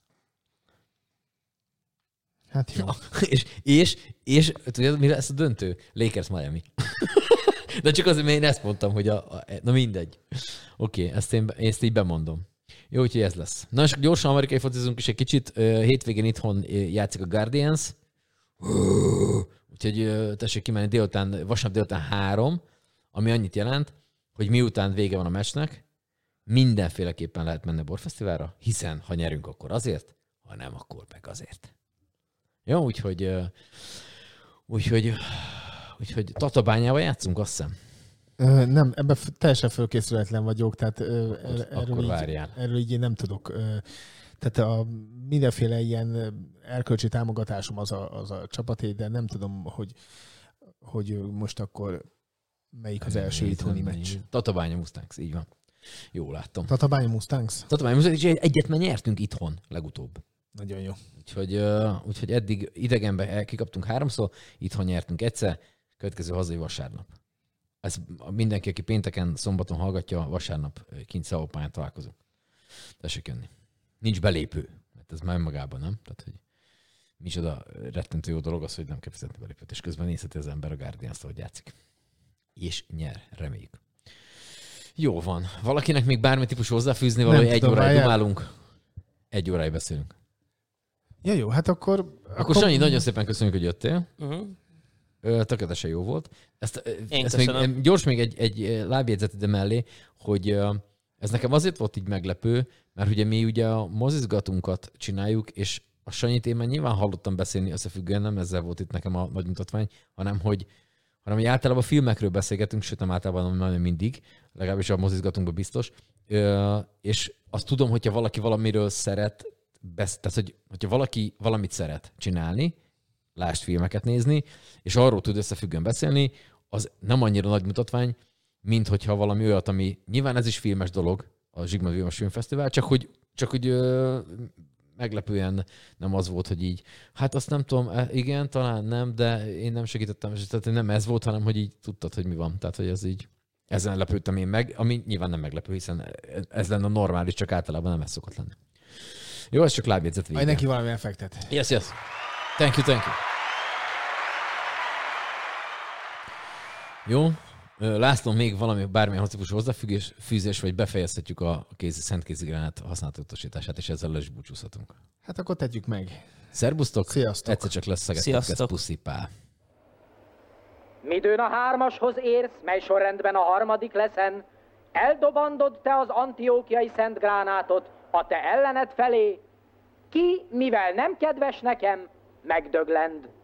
Hát jó. És tudod, mi lesz a döntő? Lakers Miami. De csak azért, mert én ezt mondtam, hogy na mindegy. Oké, ezt így bemondom. Jó, úgyhogy ez lesz. Na, és gyorsan amerikai focizunk is egy kicsit. Hétvégén itthon játszik a Guardians. Úgyhogy tessék kimenni vasárnap délután 3, ami annyit jelent, hogy miután vége van a meccsnek, mindenféleképpen lehet menni a borfesztiválra, hiszen ha nyerünk, akkor azért, ha nem, akkor meg azért. Jó, úgyhogy Tatabányával játszunk, azt hiszem. Nem, ebben teljesen fölkészületlen vagyok, tehát erről így én nem tudok. Tehát mindenféle ilyen erkölcsi támogatásom az a csapaté, de nem tudom, hogy most akkor melyik az első itthoni meccs. Tatabánya Mustangs, így van. Jól láttam. Tatabánya Mustangs? Tatabánya Mustangs, és egyet már nyertünk itthon legutóbb. Nagyon jó. Úgyhogy eddig idegenben kikaptunk 3-szor, itthon nyertünk egyszer, következő hazai vasárnap. Ez mindenki, aki pénteken, szombaton hallgatja, vasárnap kint Szabópályán találkozunk. Tessék jönni. Nincs belépő, mert ez már önmagában, nem? Tehát, hogy micsoda rettentő jó dolog az, hogy nem kell fizetni belépőt, és közben nézheti az ember a Guardians-t, ahogy játszik. És nyer, reméljük. Jó van. Valakinek még bármi típus hozzáfűzni való, hogy 1 óráig dumálunk? 1 óráig beszélünk. Ja, jó, hát akkor Sanyi, nagyon szépen köszönjük, hogy jöttél. Tökéletesen jó volt. Ezt még egy lábjegyzet ide mellé, hogy ez nekem azért volt így meglepő, mert ugye mi ugye a mozizgatunkat csináljuk, és a Sanyit én már nyilván hallottam beszélni összefüggően, nem ezzel volt itt nekem a nagy mutatvány, hanem hogy általában filmekről beszélgetünk, sőt nem általában, hanem mindig, legalábbis a mozizgatunkban biztos, és azt tudom, hogyha valaki valamiről szeret, tehát hogyha valaki valamit szeret csinálni, lásd filmeket nézni, és arról tud összefüggően beszélni, az nem annyira nagy mutatvány, mint hogyha valami olyat, ami nyilván ez is filmes dolog, a Zsigmond Vilmos Filmfesztivál, csak hogy meglepően nem az volt, hogy így, hát azt nem tudom, igen, talán nem, de én nem segítettem, és tehát nem ez volt, hanem hogy így tudtad, hogy mi van. Tehát, hogy ez így, ezen lepődtem én meg, ami nyilván nem meglepő, hiszen ez lenne normális, csak általában nem ez szokott lenni. Jó, ez csak lábjegyzet vége. Neki valami effektet. Yes. Thank you. Jó. László, még bármilyen típus hozzáfűzés, vagy befejezhetjük a szentkézigránát használati utasítását, és ezzel is búcsúzhatunk. Hát akkor tegyük meg. Szerbusztok. Sziasztok. Egyszer csak lesz Szeged puszipá. Midőn a 3-ashoz érsz, mely sorrendben a 3. leszen, eldobandod te az antiókiai szent gránátot a te ellened felé, ki, mivel nem kedves nekem, megdöglend.